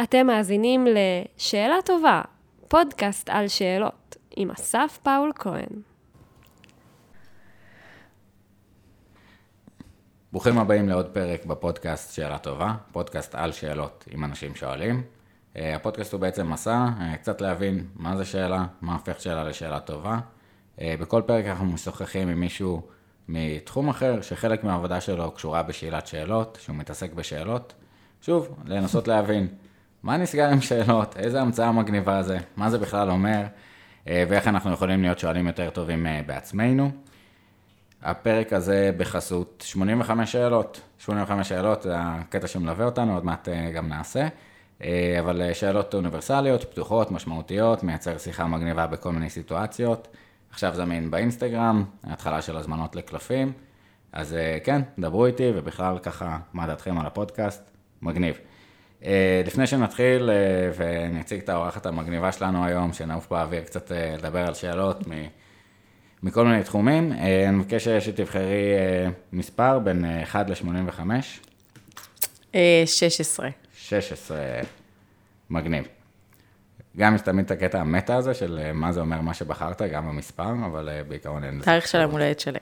אתם מאזינים לשאלה טובה, פודקאסט על שאלות, עם אסף פאול כהן. ברוכים הבאים לעוד פרק בפודקאסט שאלה טובה, פודקאסט על שאלות עם אנשים שואלים. הפודקאסט הוא בעצם מסע, קצת להבין מה זה שאלה, מה הופך שאלה לשאלה טובה. בכל פרק אנחנו משוחחים עם מישהו מתחום אחר, שחלק מהעבודה שלו קשורה בשאלת שאלות, שהוא מתעסק בשאלות. שוב, לנסות להבין מה נסגר עם שאלות, איזה המצאה מגניבה זה, מה זה בכלל אומר, ואיך אנחנו יכולים להיות שואלים יותר טובים בעצמנו. הפרק הזה בחסות 85 שאלות. 85 שאלות זה הקטע שמלווה אותנו, עוד מעט גם נעשה. אבל שאלות אוניברסליות, פתוחות, משמעותיות, מייצר שיחה מגניבה בכל מיני סיטואציות. עכשיו זמין באינסטגרם, ההתחלה של הזמנות לקלפים. אז כן, דברו איתי ובכלל ככה מה דעתכם על הפודקאסט. מגניב. לפני שנתחיל ונציג את האורחת המגניבה שלנו היום, שנעוף באוויר קצת לדבר על שאלות מכל מיני תחומים, אני מבקש שתבחרי מספר בין 1 ל-85. 16. 16, מגניב. גם יש תמיד את הקטע המטה הזה של מה זה אומר מה שבחרת, גם במספר, אבל בעיקרון אין... תאריך של המולדת שלי.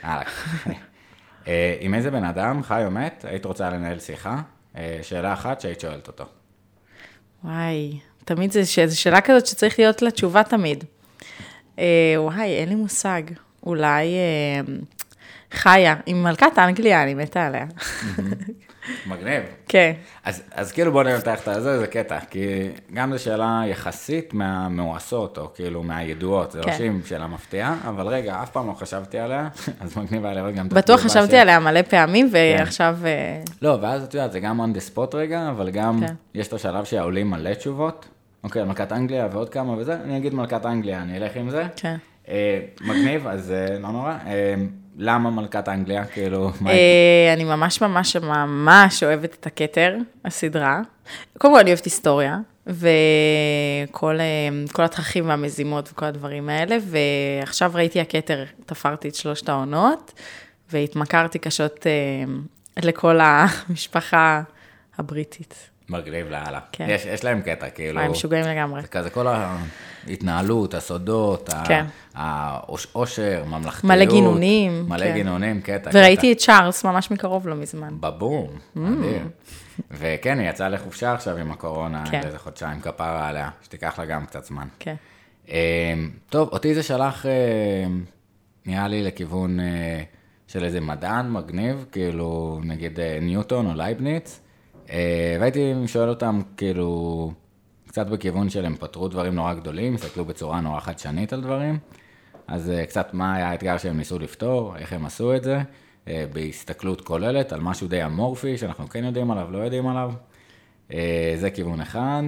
עם איזה בן אדם, חי או מת, היית רוצה לנהל שיחה? שאלה אחת שהיית שואלת אותו. וואי, תמיד זו שאלה כזאת שצריך להיות לה תשובה תמיד. וואי, אין לי מושג. אולי חיה, עם מלכת אנגליה, אני מתה עליה. מגניב. כן. אז כאילו בוא נרתח את זה קטע, כי גם זו שאלה יחסית מהמואסות, או כאילו מהידועות, זה לא שאלה מפתיעה, אבל רגע, אף פעם לא חשבתי עליה, אז מגניב עליה גם... בטוח חשבתי עליה מלא פעמים, ועכשיו... לא, ואז את יודעת, זה גם on the spot רגע, אבל גם יש את השלב שעולים מלא תשובות, אוקיי, מלכת אנגליה ועוד כמה וזה, אני אגיד מלכת אנגליה, אני אלך עם זה. כן. מגניב, אז לא נורא. למה מלכת אנגליה? כאילו, אני ממש אוהבת את הכתר, הסדרה. קודם כל אני אוהבת היסטוריה, וכל התככים והמזימות וכל הדברים האלה, ועכשיו ראיתי הכתר, תפרתי את 3 העונות, והתמכרתי קשות לכל המשפחה הבריטית. מגניב להלאה. יש להם קטע, כאילו... הם משוגעים לגמרי. זה כזה כל ההתנהלות, הסודות, העושר, ממלכתיות. מלא גינונים. מלא גינונים, קטע. וראיתי את צ'ארלס ממש מקרוב לא מזמן. בבום, מדהים. וכן, היא יצאה לחופשה עכשיו עם הקורונה, איזה חודשיים כפרה עליה, שתיקח לה גם קצת זמן. כן. טוב, אותי זה שלח, נראה לי לכיוון של איזה מדען מגניב, כאילו נגיד ניוטון או לייבניץ, והייתי שואל אותם כאילו קצת בכיוון של הם פתרו דברים נורא גדולים, הסתכלו בצורה נורא חדשנית על דברים, אז קצת מה היה האתגר שהם ניסו לפתור, איך הם עשו את זה, בהסתכלות כוללת על משהו די אמורפי שאנחנו כן יודעים עליו, לא יודעים עליו, זה כיוון אחד,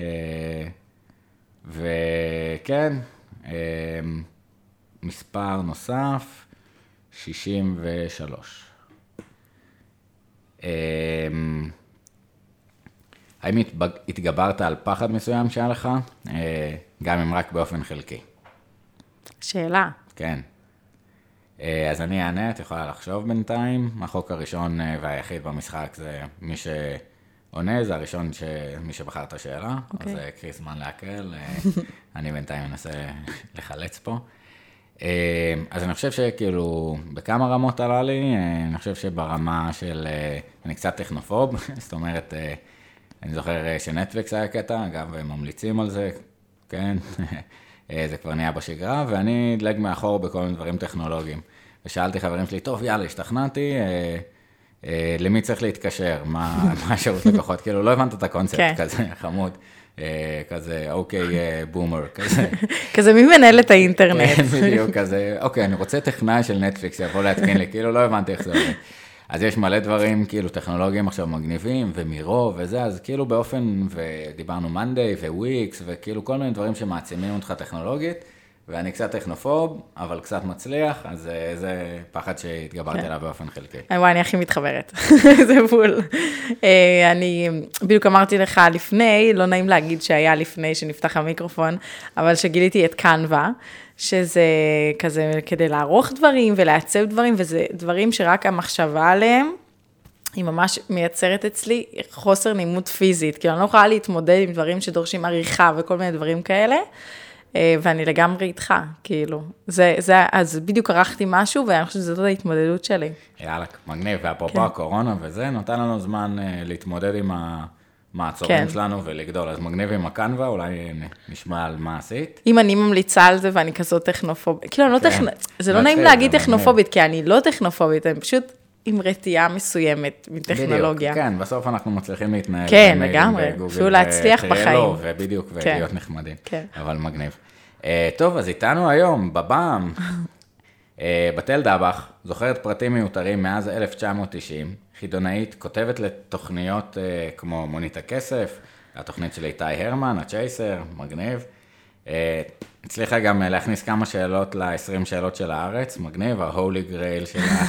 וכן, מספר נוסף, 63. האם התגברת על פחד מסוים שהיה לך? גם אם רק באופן חלקי. שאלה. כן. אז אני אענה, את יכולה לחשוב בינתיים. החוק הראשון והיחיד במשחק זה מי שעונה, זה הראשון מי שבחר את השאלה. אז קחי זמן להקל. אני בינתיים אנסה לחלץ פה. אז אני חושב שכאילו בכמה רמות עלה לי, אני חושב שברמה של, אני קצת טכנופוב, זאת אומרת, אני זוכר שנטפליקס היה קטע, אגב, הם ממליצים על זה, כן, זה כבר נהיה בשגרה, ואני דלג מאחור בכל מיני דברים טכנולוגיים. ושאלתי חברים שלי, טוב, יאללה, השתכנעתי, למי צריך להתקשר, מה השירות לקוחות, כאילו לא הבנת את הקונספט כזה, חמוד. כזה, אוקיי, בומר, כזה. כזה, מי מנהל את האינטרנט? בדיוק, כזה, אוקיי, אני רוצה טכנאי של נטפליקס, יבוא להתקין לי, כאילו לא הבנתי איך זה עובד. אז יש מלא דברים, כאילו, טכנולוגיים עכשיו מגניבים, ומירו וזה, אז כאילו באופן, ודיברנו מנדיי וויקס, וכאילו כל מיני דברים שמעצימים אותך טכנולוגית, ואני קצת טכנופוב, אבל קצת מצליח, אז זה פחד שהתגברתי עליו באופן חלקי. וואי, אני הכי מתחברת, זה בול. אני בדיוק אמרתי לך לפני, לא נעים להגיד שהיה לפני שנפתח המיקרופון, אבל שגיליתי את קנווה, שזה כזה כדי לערוך דברים ולעצב דברים, וזה דברים שרק המחשבה עליהם, היא ממש מייצרת אצלי חוסר נימות פיזית, כי אני לא יכולה להתמודד עם דברים שדורשים עריכה וכל מיני דברים כאלה, ואני לגמרי איתך, כאילו. אז בדיוק ערכתי משהו, ואני חושבת שזאת ההתמודדות שלי. יאללה, מגניב, ואפרופו הקורונה וזה, נותן לנו זמן להתמודד עם המעצורים שלנו ולגדול. אז מגניב עם הקנווה, אולי נשמע על מה עשית. אם אני ממליצה על זה ואני כזאת טכנופובית, כאילו, זה לא נעים להגיד טכנופובית, כי אני לא טכנופובית, אני פשוט עם רתיעה מסוימת מטכנולוגיה. בדיוק, כן, בסוף אנחנו מצליחים להתנהל. כן, לגמרי, אפילו להצליח בחיים. ובדיוק, ולהיות נחמדים. אבל מגניב. טוב, אז איתנו היום, בבאם, בתל דבח, זוכרת פרטים מיותרים מאז 1990, חידונאית, כותבת לתוכניות כמו מונית הכסף, התוכנית של איתי הרמן, הצ'ייסר, מגניב. הצליחה גם להכניס כמה שאלות ל-20 שאלות של הארץ, מגניב, ה-Holy Grail שלה,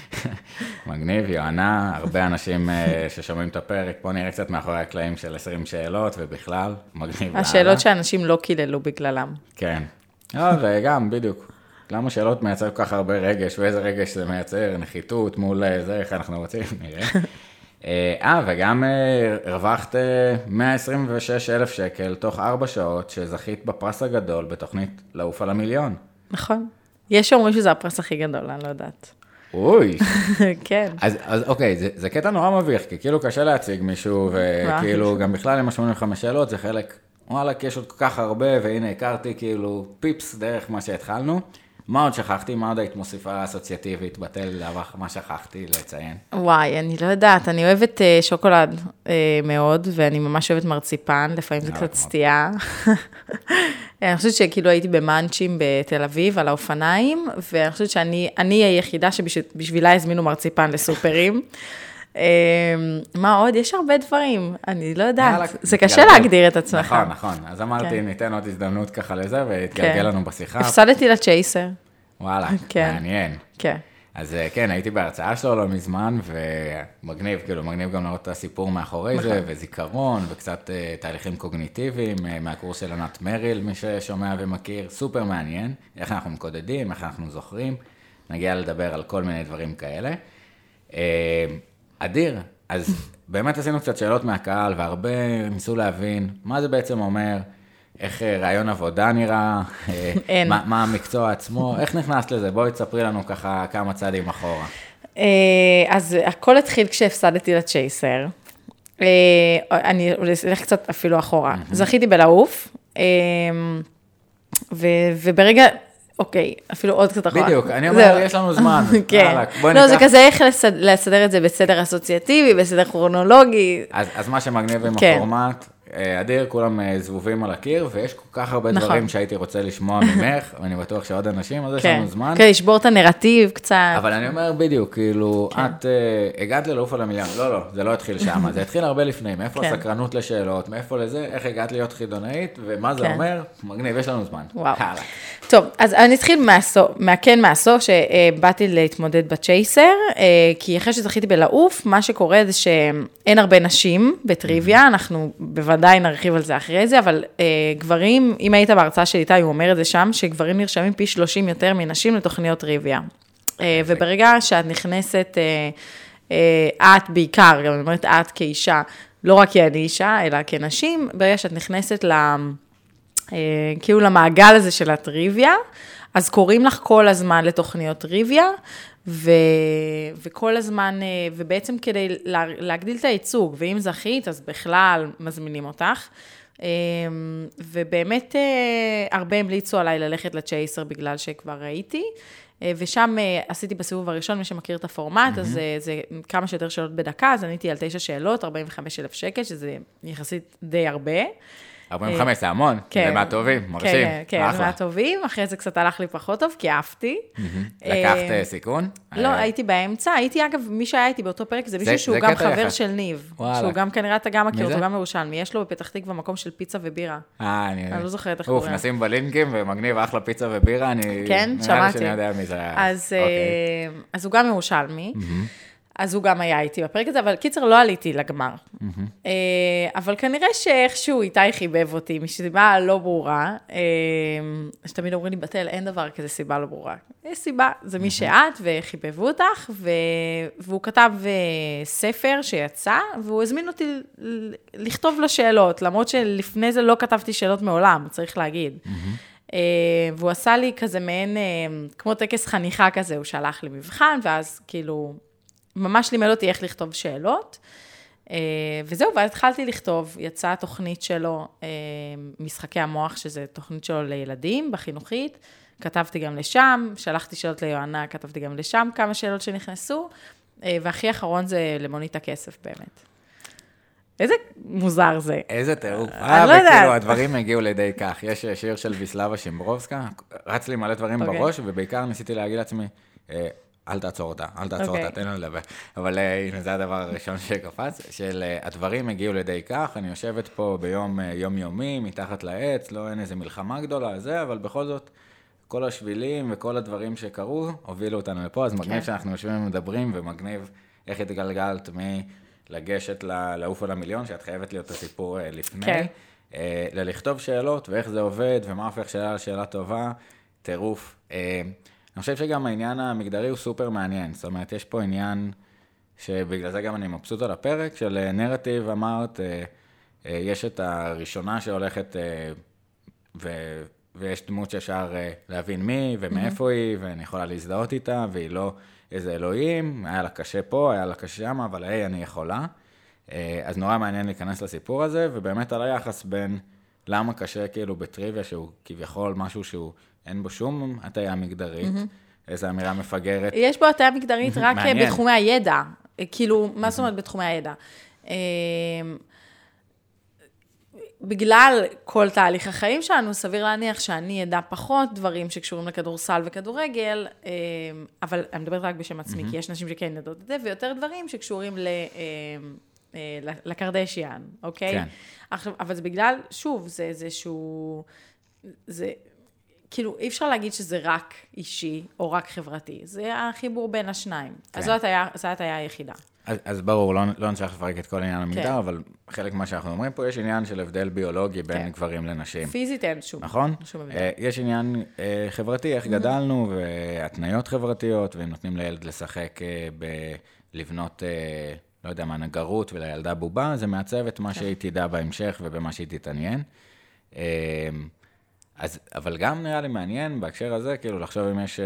מגניב, יוענה, הרבה אנשים ששומעים את הפרק, פה נראה קצת מאחורי הקלעים של 20 שאלות, ובכלל, מגניב. השאלות שאנשים לא קיללו בגללם. כן, וגם, בדיוק, למה שאלות מייצר כל כך הרבה רגש, ואיזה רגש זה מייצר, נחיתות מול זה, איך אנחנו רוצים, נראה. וגם הרווחת 126,000 שקל תוך 4 שעות שזכית בפרס הגדול בתוכנית לעוף על המיליון. נכון. יש שאומרים שזה הפרס הכי גדול, אני לא יודעת. אוי. כן. אז אוקיי, זה קטע נורא מביך, כי כאילו קשה להציג מישהו, וכאילו גם בכלל עם 85 שאלות זה חלק, וואלה, כי יש עוד כל כך הרבה, והנה הכרתי כאילו פיפס דרך מה שהתחלנו. מה עוד שכחתי? מה עוד היית מוסיפה אסוציאטיבית בתל דבח? מה שכחתי לציין? וואי, אני לא יודעת, אני אוהבת שוקולד מאוד, ואני ממש אוהבת מרציפן, לפעמים זה קצת סטייה. אני חושבת שכאילו הייתי במאנצ'ים בתל אביב, על האופניים, ואני חושבת שאני היחידה שבשבילה הזמינו מרציפן לסופרים. מה עוד? יש הרבה דברים, אני לא יודעת, זה קשה להגדיר את עצמך. נכון, אז אמרתי, ניתן עוד הזדמנות ככה לזה, והתגלגל לנו בשיחה. הפסדתי לצ'ייסר. וואלה, מעניין. כן. אז כן, הייתי בהרצאה שלו לא מזמן, ומגניב, כאילו, מגניב גם לראות את הסיפור מאחורי זה, וזיכרון, וקצת תהליכים קוגניטיביים, מהקורס של ענת מריל, מי ששומע ומכיר, סופר מעניין, איך אנחנו מקודדים, איך אנחנו זוכרים, נגיע לדבר על כל מיני דברים כאלה. אדיר, אז באמת עשינו קצת שאלות מהקהל, והרבה ניסו להבין מה זה בעצם אומר, איך רעיון עבודה נראה, מה המקצוע עצמו, איך נכנסת לזה? בואי תספרי לנו ככה כמה צעדים אחורה. אז הכל התחיל כשהפסדתי לצ'ייסר. אני אלך קצת אפילו אחורה. זכיתי בלעוף, וברגע... אוקיי, אפילו עוד קצת אחורה. בדיוק, אני אומר, יש לנו זמן. כן. לא, זה כזה איך לסדר את זה בסדר אסוציאטיבי, בסדר כרונולוגי. אז מה שמגניב עם הפורמט, אדיר, כולם זבובים על הקיר, ויש כל כך הרבה דברים שהייתי רוצה לשמוע ממך, ואני בטוח שעוד אנשים, אז יש לנו זמן. כן, לשבור את הנרטיב קצת. אבל אני אומר בדיוק, כאילו, את הגעת ללעוף על המיליון, לא, זה לא התחיל שם, זה התחיל הרבה לפני, מאיפה הסקרנות לשאלות, מאיפה לזה, איך הגעת להיות חידונאית, ומה זה אומר, מגניב, יש לנו זמן. וואו. טוב, אז אני אתחיל מהסוף, שבאתי להתמודד בצ'ייסר, כי אחרי שזכיתי בלעוף, מה שקורה זה שאין הרבה נשים בטריוויה, אנחנו בוודאי נרחיב על זה אחרי זה, אבל גברים, אם היית בהרצאה של איתי, הוא אומר את זה שם, שגברים נרשמים פי 30 יותר מנשים לתוכניות טריוויה. וברגע שאת נכנסת, את בעיקר, גם אני אומרת את כאישה, לא רק כי אני אישה, אלא כנשים, ברגע שאת נכנסת כאילו למעגל הזה של הטריוויה, אז קוראים לך כל הזמן לתוכניות טריוויה, וכל הזמן, ובעצם כדי להגדיל את הייצוג, ואם זכית, אז בכלל מזמינים אותך, ובאמת הרבה המליצו עליי ללכת לצ'ייסר בגלל שכבר ראיתי, ושם עשיתי בסיבוב הראשון, מי שמכיר את הפורמט, אז זה כמה שיותר שאלות בדקה, אז עניתי על 9 שאלות, 45,000 שקל, שזה יחסית די הרבה. 45 זה המון, זה מהטובים, מרשים. כן, זה מהטובים, אחרי זה קצת הלך לי פחות טוב, כי אהבתי. לקחת סיכון? לא, הייתי באמצע, הייתי אגב, מי שהיה איתי באותו פרק, זה מישהו שהוא גם חבר של ניב, שהוא גם כנראה אתה גם מכיר אותו, גם ירושלמי, יש לו בפתח תקווה מקום של פיצה ובירה. אני לא זוכרת איך קוראים. נשים בלינקים ומגניב אחלה פיצה ובירה, כן, שמעתי. שאני יודע מי זה היה. אז הוא גם ירושלמי. אז הוא גם היה איתי בפרק הזה, אבל קיצר לא עליתי לגמר. אבל כנראה שאיכשהו איתי חיבב אותי, מסיבה לא ברורה, שתמיד אומרים לי, בתל, אין דבר כזה סיבה לא ברורה. יש סיבה, זה מי שאת, וחיבבו אותך, והוא כתב ספר שיצא, והוא הזמין אותי לכתוב לו שאלות, למרות שלפני זה לא כתבתי שאלות מעולם, צריך להגיד. והוא עשה לי כזה מעין, כמו טקס חניכה כזה, הוא שלח לי מבחן, ואז כאילו, ממש לימד אותי איך לכתוב שאלות, וזהו, ואז התחלתי לכתוב, יצאה תוכנית שלו, משחקי המוח, שזה תוכנית שלו לילדים, בחינוכית, כתבתי גם לשם, שלחתי שאלות ליואנה, כתבתי גם לשם כמה שאלות שנכנסו, והכי אחרון זה למונית הכסף באמת. איזה מוזר זה. איזה טירוף. לא יודעת. וכאילו הדברים הגיעו לידי כך. יש שיר של ויסלבה שימברובסקה, רץ לי מלא דברים בראש, ובעיקר ניסיתי להגיד לעצמי, אל תעצור אותה, תן לנו לדבר. אבל הנה, זה הדבר הראשון שקפץ, של הדברים הגיעו לידי כך, אני יושבת פה ביום יומי, מתחת לעץ, לא אין איזה מלחמה גדולה, אבל בכל זאת, כל השבילים וכל הדברים שקרו, הובילו אותנו לפה, אז מגניב שאנחנו יושבים ומדברים, ומגניב איך התגלגלת לגשת לעוף על המיליון, שאת חייבת להיות הסיפור לפני, ללכתוב שאלות, ואיך זה עובד, ומה הופך שאלה לשאלה טובה, טירוף. אני חושב שגם העניין המגדרי הוא סופר מעניין, זאת אומרת, יש פה עניין שבגלל זה גם אני מבסוט על הפרק, של נרטיב אמרת, יש את הראשונה שהולכת, ויש דמות שאפשר להבין מי ומאיפה היא, ואני יכולה להזדהות איתה, והיא לא איזה אלוהים, היה לה קשה פה, היה לה קשה שם, אבל היי, אני יכולה. אז נורא מעניין להיכנס לסיפור הזה, ובאמת על היחס בין למה קשה כאילו בטריוויה, שהוא כביכול משהו שהוא אין בו שום הטיה מגדרית, איזו אמירה מפגרת. יש בו הטיה מגדרית רק בתחומי הידע, כאילו, מה זאת אומרת בתחומי הידע? בגלל כל תהליך החיים שלנו, סביר להניח שאני ידע פחות דברים שקשורים לכדורסל וכדורגל, אבל אני מדברת רק בשם עצמי, כי יש נשים שכן יודעות את זה, ויותר דברים שקשורים לקרדשיאן, אוקיי? כן. אבל זה בגלל, שוב, זה איזשהו, זה, כאילו, אי אפשר להגיד שזה רק אישי או רק חברתי, זה החיבור בין השניים. אז זאת היה היחידה. אז ברור, לא נצטרך לפרק את כל עניין המגדר, אבל חלק מה שאנחנו אומרים פה, יש עניין של הבדל ביולוגי בין גברים לנשים. פיזית אין שום. נכון? שום הבדל. יש עניין חברתי, איך גדלנו, והתניות חברתיות, והם נותנים לילד לשחק לבנות, לא יודע מה, נגרות, ולילדה בובה, זה מעצב את מה שהיא תדע בהמשך, ובמה שהיא תתעניין. אבל גם נראה לי מעניין בהקשר הזה, כאילו לחשוב אם יש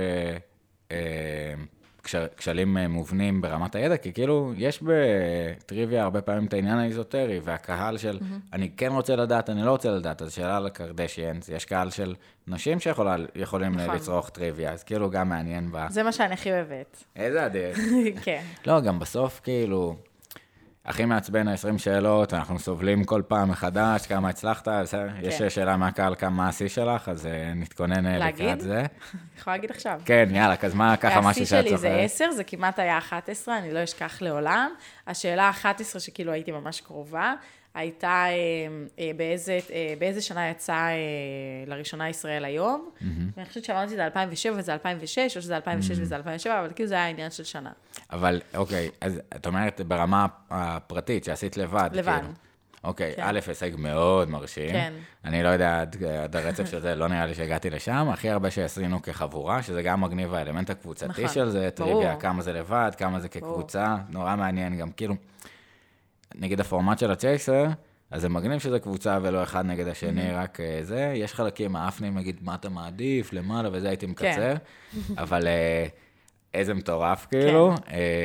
כשלים מובנים ברמת הידע, כי כאילו יש בטריוויה הרבה פעמים את העניין האיזוטרי, והקהל של אני כן רוצה לדעת, אני לא רוצה לדעת, אז שאלה על הקרדשיאנס, יש קהל של נשים שיכולים לצרוך טריוויה, אז כאילו גם מעניין בה. זה מה שאני הכי אוהבת. איזה הדרך. כן. לא, גם בסוף כאילו, הכי מעצבן 20 שאלות, אנחנו סובלים כל פעם מחדש, כמה הצלחת, יש שאלה מהקהל, כמה השיא שלך, אז נתכונן לקראת זה. אני יכולה להגיד עכשיו. כן, יאללה, אז מה ככה משהו שאת השיא שלי זה 10, זה כמעט היה 11, אני לא אשכח לעולם. השאלה 11 שכאילו הייתי ממש קרובה, הייתה באיזה שנה יצא לראשונה ישראל היום, ואני חושבת שאמרתי זה 2007 וזה 2006, או שזה 2006 וזה 2007, אבל כאילו זה היה עניין של שנה. אבל אוקיי, אז את אומרת ברמה הפרטית שעשית לבד. לבד. אוקיי, א', הישג מאוד מרשים. כן. אני לא יודע, עד הרצף של זה, לא נראה לי שהגעתי לשם. הכי הרבה שעשינו כחבורה, שזה גם מגניב האלמנט הקבוצתי של זה, טריוויה, כמה זה לבד, כמה זה כקבוצה, נורא מעניין גם, כאילו, נגיד הפורמט של הצ'ייסר, אז זה מגניב שזה קבוצה ולא אחד נגד השני, רק זה. יש חלקים האפנים, נגיד, מה אתה מעדיף, למעלה, וזה הייתי מקצר. אבל איזה מטורף, כאילו.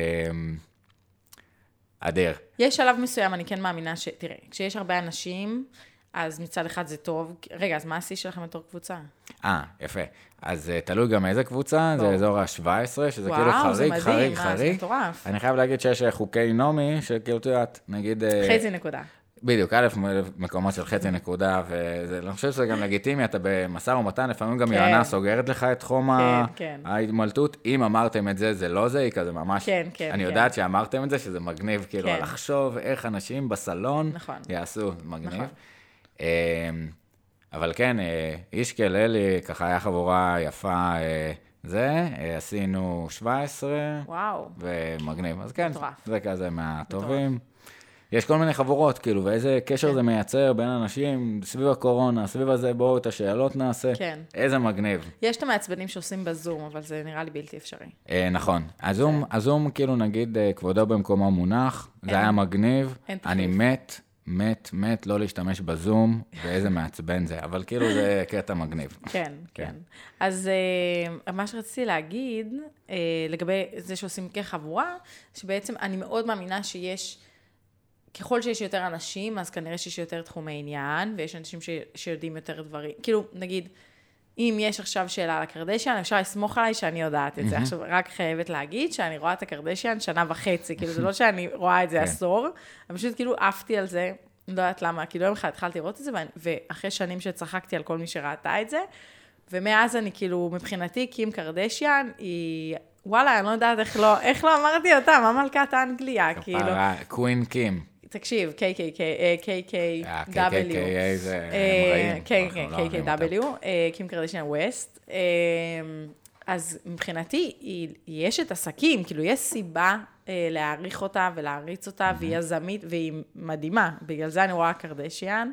אדיר. יש שלב מסוים, אני כן מאמינה תראה, כשיש הרבה אנשים, אז מצד אחד זה טוב. רגע, אז מה השיא שלכם בתור קבוצה? יפה. אז תלוי גם איזה קבוצה, זה אזור ה-17, שזה כאילו חריג, חריג, חריג. זה מטורף. אני חייב להגיד שיש חוקי נומי, שכאילו תיודעת, נגיד... חצי נקודה. בדיוק, א' מקומות של חצי נקודה, ואני חושב שזה גם לגיטימי, אתה במשא ומתן, לפעמים גם יונה סוגרת לך את חום ההתמלטות, אם אמרתם את זה, זה לא זה, היא כזה ממש, אני יודעת שאמרתם את זה, שזה מגניב, כאילו, לחשוב איך אנשים בסלון יעשו, מגניב. אבל כן, איש כללי, ככה היה חבורה יפה, זה, עשינו 17, וואו. ומגניב. אז כן, מטורף. זה כזה מהטובים. יש כל מיני חבורות, כאילו, ואיזה קשר זה מייצר בין אנשים, סביב הקורונה, סביב הזה, בואו את השאלות נעשה. כן. איזה מגניב. יש את המעצבנים שעושים בזום, אבל זה נראה לי בלתי אפשרי. נכון. הזום, כאילו, נגיד, כבודו במקומו מונח, זה היה מגניב. אין תחליף. אני מת לא להשתמש בזום, ואיזה מעצבן זה, אבל כאילו זה קטע מגניב. כן, כן. אז מה שרציתי להגיד, לגבי זה שעושים כחבורה, שבעצם אני מאוד מאמינה שיש, ככל שיש יותר אנשים, אז כנראה שיש יותר תחומי עניין, ויש אנשים שיודעים יותר דברים. כאילו, נגיד, אם יש עכשיו שאלה על הקרדשיאן, אפשר לסמוך עליי שאני יודעת את זה. עכשיו, רק חייבת להגיד שאני רואה את הקרדשיאן 1.5 שנה, כאילו, זה לא שאני רואה את זה עשור, אני פשוט כאילו עפתי על זה, לא יודעת למה, כאילו יום אחד התחלתי לראות את זה, ואחרי שנים שצחקתי על כל מי שראתה את זה, ומאז אני כאילו, מבחינתי, קים קרדשיאן, היא, וואלה, אני לא יודעת איך לא אמרתי אותה, מה מלכת האנגליה, כאילו. קווין קים. תקשיב, KKW. זה הם רעים. KKW, קים קרדשיאן ווסט. אז מבחינתי, היא אשת עסקים, כאילו יש סיבה להעריך אותה ולהריץ אותה, והיא יזמית, והיא מדהימה. בגלל זה אני רואה קרדשיאן,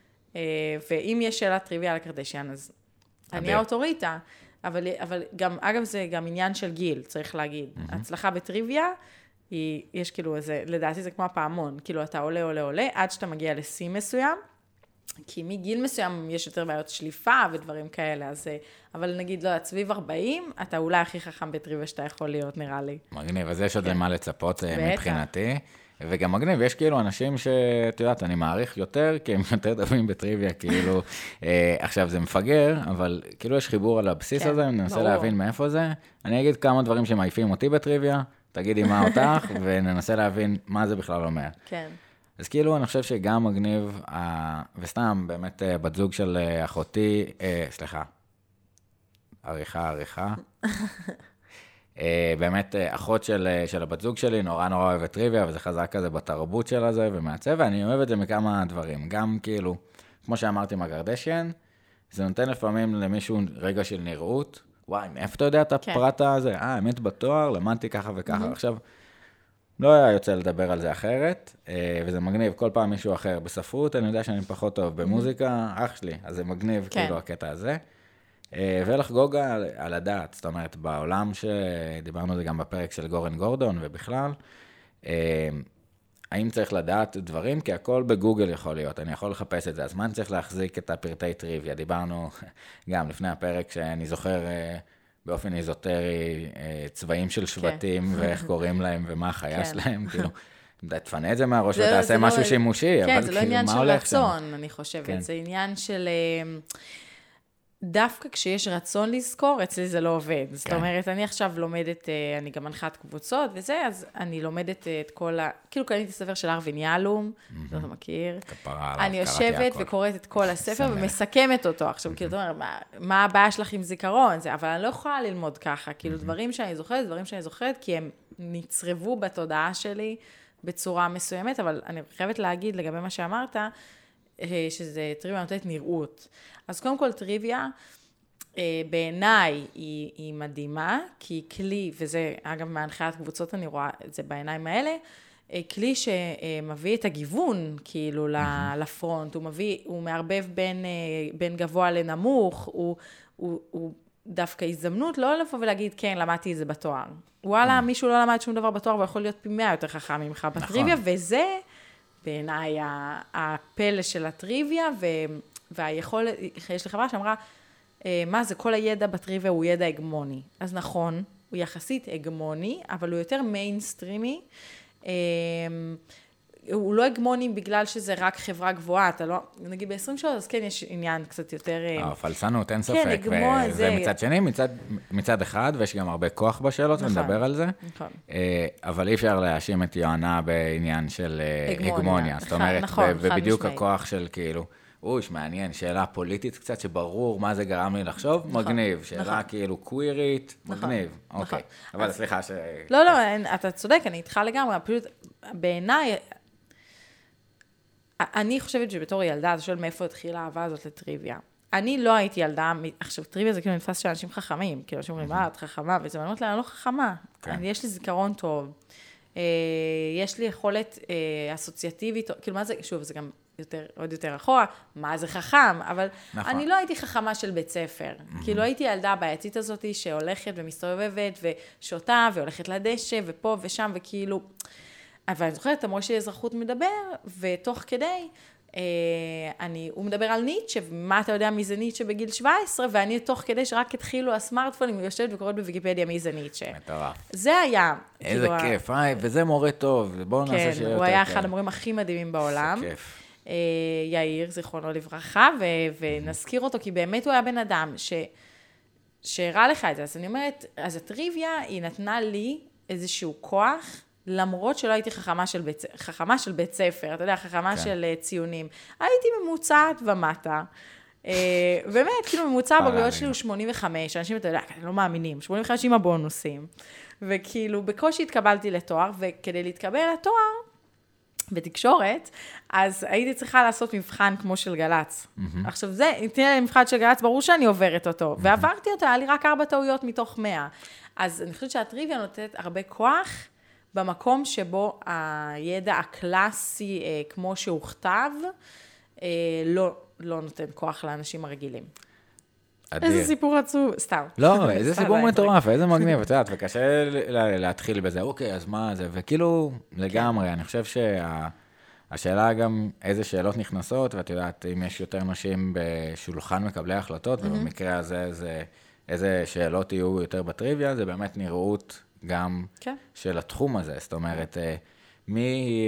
ואם יש שאלה טריוויה על הקרדשיאן, אז אני האוטוריטה. אבל גם, אגב, זה גם עניין של גיל, צריך להגיד. הצלחה בטריוויה, יש כאילו איזה, לדעתי זה כמו הפעמון, כאילו אתה עולה, עד שאתה מגיע לשיא מסוים, כי מגיל מסוים יש יותר בעיות שליפה ודברים כאלה, אז, אבל נגיד, לא, סביב 40, אתה אולי הכי חכם בטריוויה שאתה יכול להיות, נראה לי. מגניב, אז יש עוד למה לצפות מבחינתי, וגם מגניב, יש כאילו אנשים שאת יודעת, אני מעריך יותר, כי הם יותר טובים בטריוויה, כאילו, עכשיו זה מפגר, אבל כאילו יש חיבור על הבסיס הזה, אני מנסה להבין מאיפה זה, אני אגיד כמה דברים שמעיפים אותי בטריוויה, תגידי מה אותך, וננסה להבין מה זה בכלל אומר. כן. אז כאילו, אני חושב שגם מגניב, וסתם, באמת, בת זוג של אחותי, סליחה, עריכה, באמת, אחות של הבת זוג שלי, נורא אוהבת טריוויה, וזה חזק כזה בתרבות של הזה, ומעצב, ואני אוהב את זה מכמה דברים. גם כאילו, כמו שאמרתי מהקרדשיאן, זה נותן לפעמים למישהו רגע של נראות, וואי, מאיפה אתה יודע את הפרט הזה? האמת בתואר, למדתי ככה וככה. עכשיו, לא היה יוצא לדבר על זה אחרת, וזה מגניב, כל פעם מישהו אחר. בספרות, אני יודע שאני פחות טוב, במוזיקה, אח שלי, אז זה מגניב, כאילו, הקטע הזה. ולחגוג על הדעת, זאת אומרת, בעולם שדיברנו על זה גם בפרק של גורן גורדון, ובכלל, האם צריך לדעת דברים? כי הכל בגוגל יכול להיות, אני יכול לחפש את זה, אז מה אני צריך להחזיק את הפרטי טריוויה? דיברנו גם לפני הפרק שאני זוכר באופן איזוטרי צבעים של שבטים, ואיך קוראים להם ומה החיה שלהם, כאילו, תפנה את זה מהראש ותעשה משהו שימושי, אבל כאילו, מה הולך שם? כן, זה לא עניין של רצון, אני חושבת, זה עניין של... דווקא כשיש רצון לזכור, אצלי זה לא עובד. זאת אומרת, אני עכשיו לומדת, אני גם מנחת קבוצות וזה, אז אני לומדת את כל כאילו קניתי ספר של ארווין יהלום, אתה מכיר? אני יושבת וקוראת את כל הספר ומסכמת אותו. עכשיו, כאילו, אתה אומר, מה הבעיה שלך עם זיכרון? אבל אני לא יכולה ללמוד ככה. כאילו, דברים שאני זוכרת, כי הם נצרבו בתודעה שלי בצורה מסוימת, אבל אני חייבת להגיד לגבי מה שאמרת, שזה טריוויה נותנת נראות. אז קודם כל טריוויה, בעיניי היא מדהימה, כי היא כלי, וזה אגב מהנחיית קבוצות אני רואה את זה בעיניים האלה, כלי שמביא את הגיוון כאילו לפרונט, הוא מערבב בין גבוה לנמוך, הוא דווקא הזדמנות לא לבוא ולהגיד, כן, למדתי את זה בתואר. וואלה, מישהו לא למד שום דבר בתואר, ויכול להיות פי 100 יותר חכם ממך בטריוויה, וזה בעיניי הפלא של הטריוויה, והיכול, יש לי חברה שאמרה, מה זה, כל הידע בטריוויה הוא ידע הגמוני. אז נכון, הוא יחסית הגמוני, אבל הוא יותר מיינסטרימי. הוא לא הגמוני בגלל שזה רק חברה גבוהה, אתה לא, נגיד ב-20 שעות, אז כן יש עניין קצת יותר... פלסנות, אין ספק, וזה מצד שני, מצד אחד, ויש גם הרבה כוח בשאלות, ונדבר על זה, אבל אי אפשר להאשים את יוענה בעניין של הגמוניה, זאת אומרת, ובדיוק הכוח של כאילו, אוש, מעניין, שאלה פוליטית קצת, שברור מה זה גרם לי לחשוב, מגניב, שאלה כאילו קווירית, מגניב, אוקיי, אבל סליחה ש... לא, אתה צודק, אני איתך לגמרי, פשוט בעיניי, אני חושבת שבתור ילדה, אתה שואל מאיפה התחילה האהבה הזאת לטריוויה. אני לא הייתי ילדה, עכשיו טריוויה זה כאילו נתפס של אנשים חכמים, כאילו אנשים אומרים, את חכמה, וזה אומרת לה, אני לא חכמה, יש לי זיכרון טוב, יש לי יכולת אסוציאטיבית, כאילו מה זה, שוב, זה גם עוד יותר אחורה, מה זה חכם, אבל אני לא הייתי חכמה של בית ספר, כאילו הייתי ילדה הבעייתית הזאת שהולכת ומסתובבת ושותה והולכת לדשא ופה ושם וכאילו, אבל אני זוכרת, המורה שלי אזרחות מדבר, ותוך כדי, הוא מדבר על ניטשה, ומה אתה יודע מי זה ניטשה בגיל 17, ואני תוך כדי שרק התחילו הסמארטפונים, יושבת וקוראת בוויקיפדיה מי זה ניטשה. מטורף. זה היה. איזה כיף, וזה מורה טוב, בואו נעשה שיהיה יותר כיף. כן, הוא היה אחד המורים הכי מדהימים בעולם. זה כיף. יאיר, זיכרונו לברכה, ונזכיר אותו, כי באמת הוא היה בן אדם שהראה לך את זה. אז אני אומרת, אז הטריוויה היא נתנה לי איזשהו כוח, למרות שלא הייתי חכמה של בית ספר, אתה יודע, חכמה של ציונים. הייתי ממוצעת ומטה. באמת, כאילו ממוצע הבגרויות שלי הוא 85, אנשים, אתה יודע, לא מאמינים, 85 עם הבונוסים. וכאילו, בקושי התקבלתי לתואר, וכדי להתקבל לתואר, בתקשורת, אז הייתי צריכה לעשות מבחן כמו של גלץ. עכשיו זה, אם תהיה מבחן של גלץ, ברור שאני עוברת אותו, ועברתי אותו, היה לי רק 4 טעויות מתוך 100. אז אני חושבת שהטריוויה נותנת הרבה כוח, במקום שבו הידע הקלאסי, כמו שהוכתב, לא נותן כוח לאנשים הרגילים. אדיר. איזה סיפור עצוב, סתם. לא, איזה סיפור מטורף, איזה מגניב, את יודעת, וקשה להתחיל בזה, אוקיי, אז מה זה, וכאילו, לגמרי, אני חושב שהשאלה גם איזה שאלות נכנסות, ואת יודעת, אם יש יותר נשים בשולחן מקבלי ההחלטות, ובמקרה הזה, איזה שאלות יהיו יותר בטריוויה, זה באמת נראות גם של התחום הזה, זאת אומרת, מי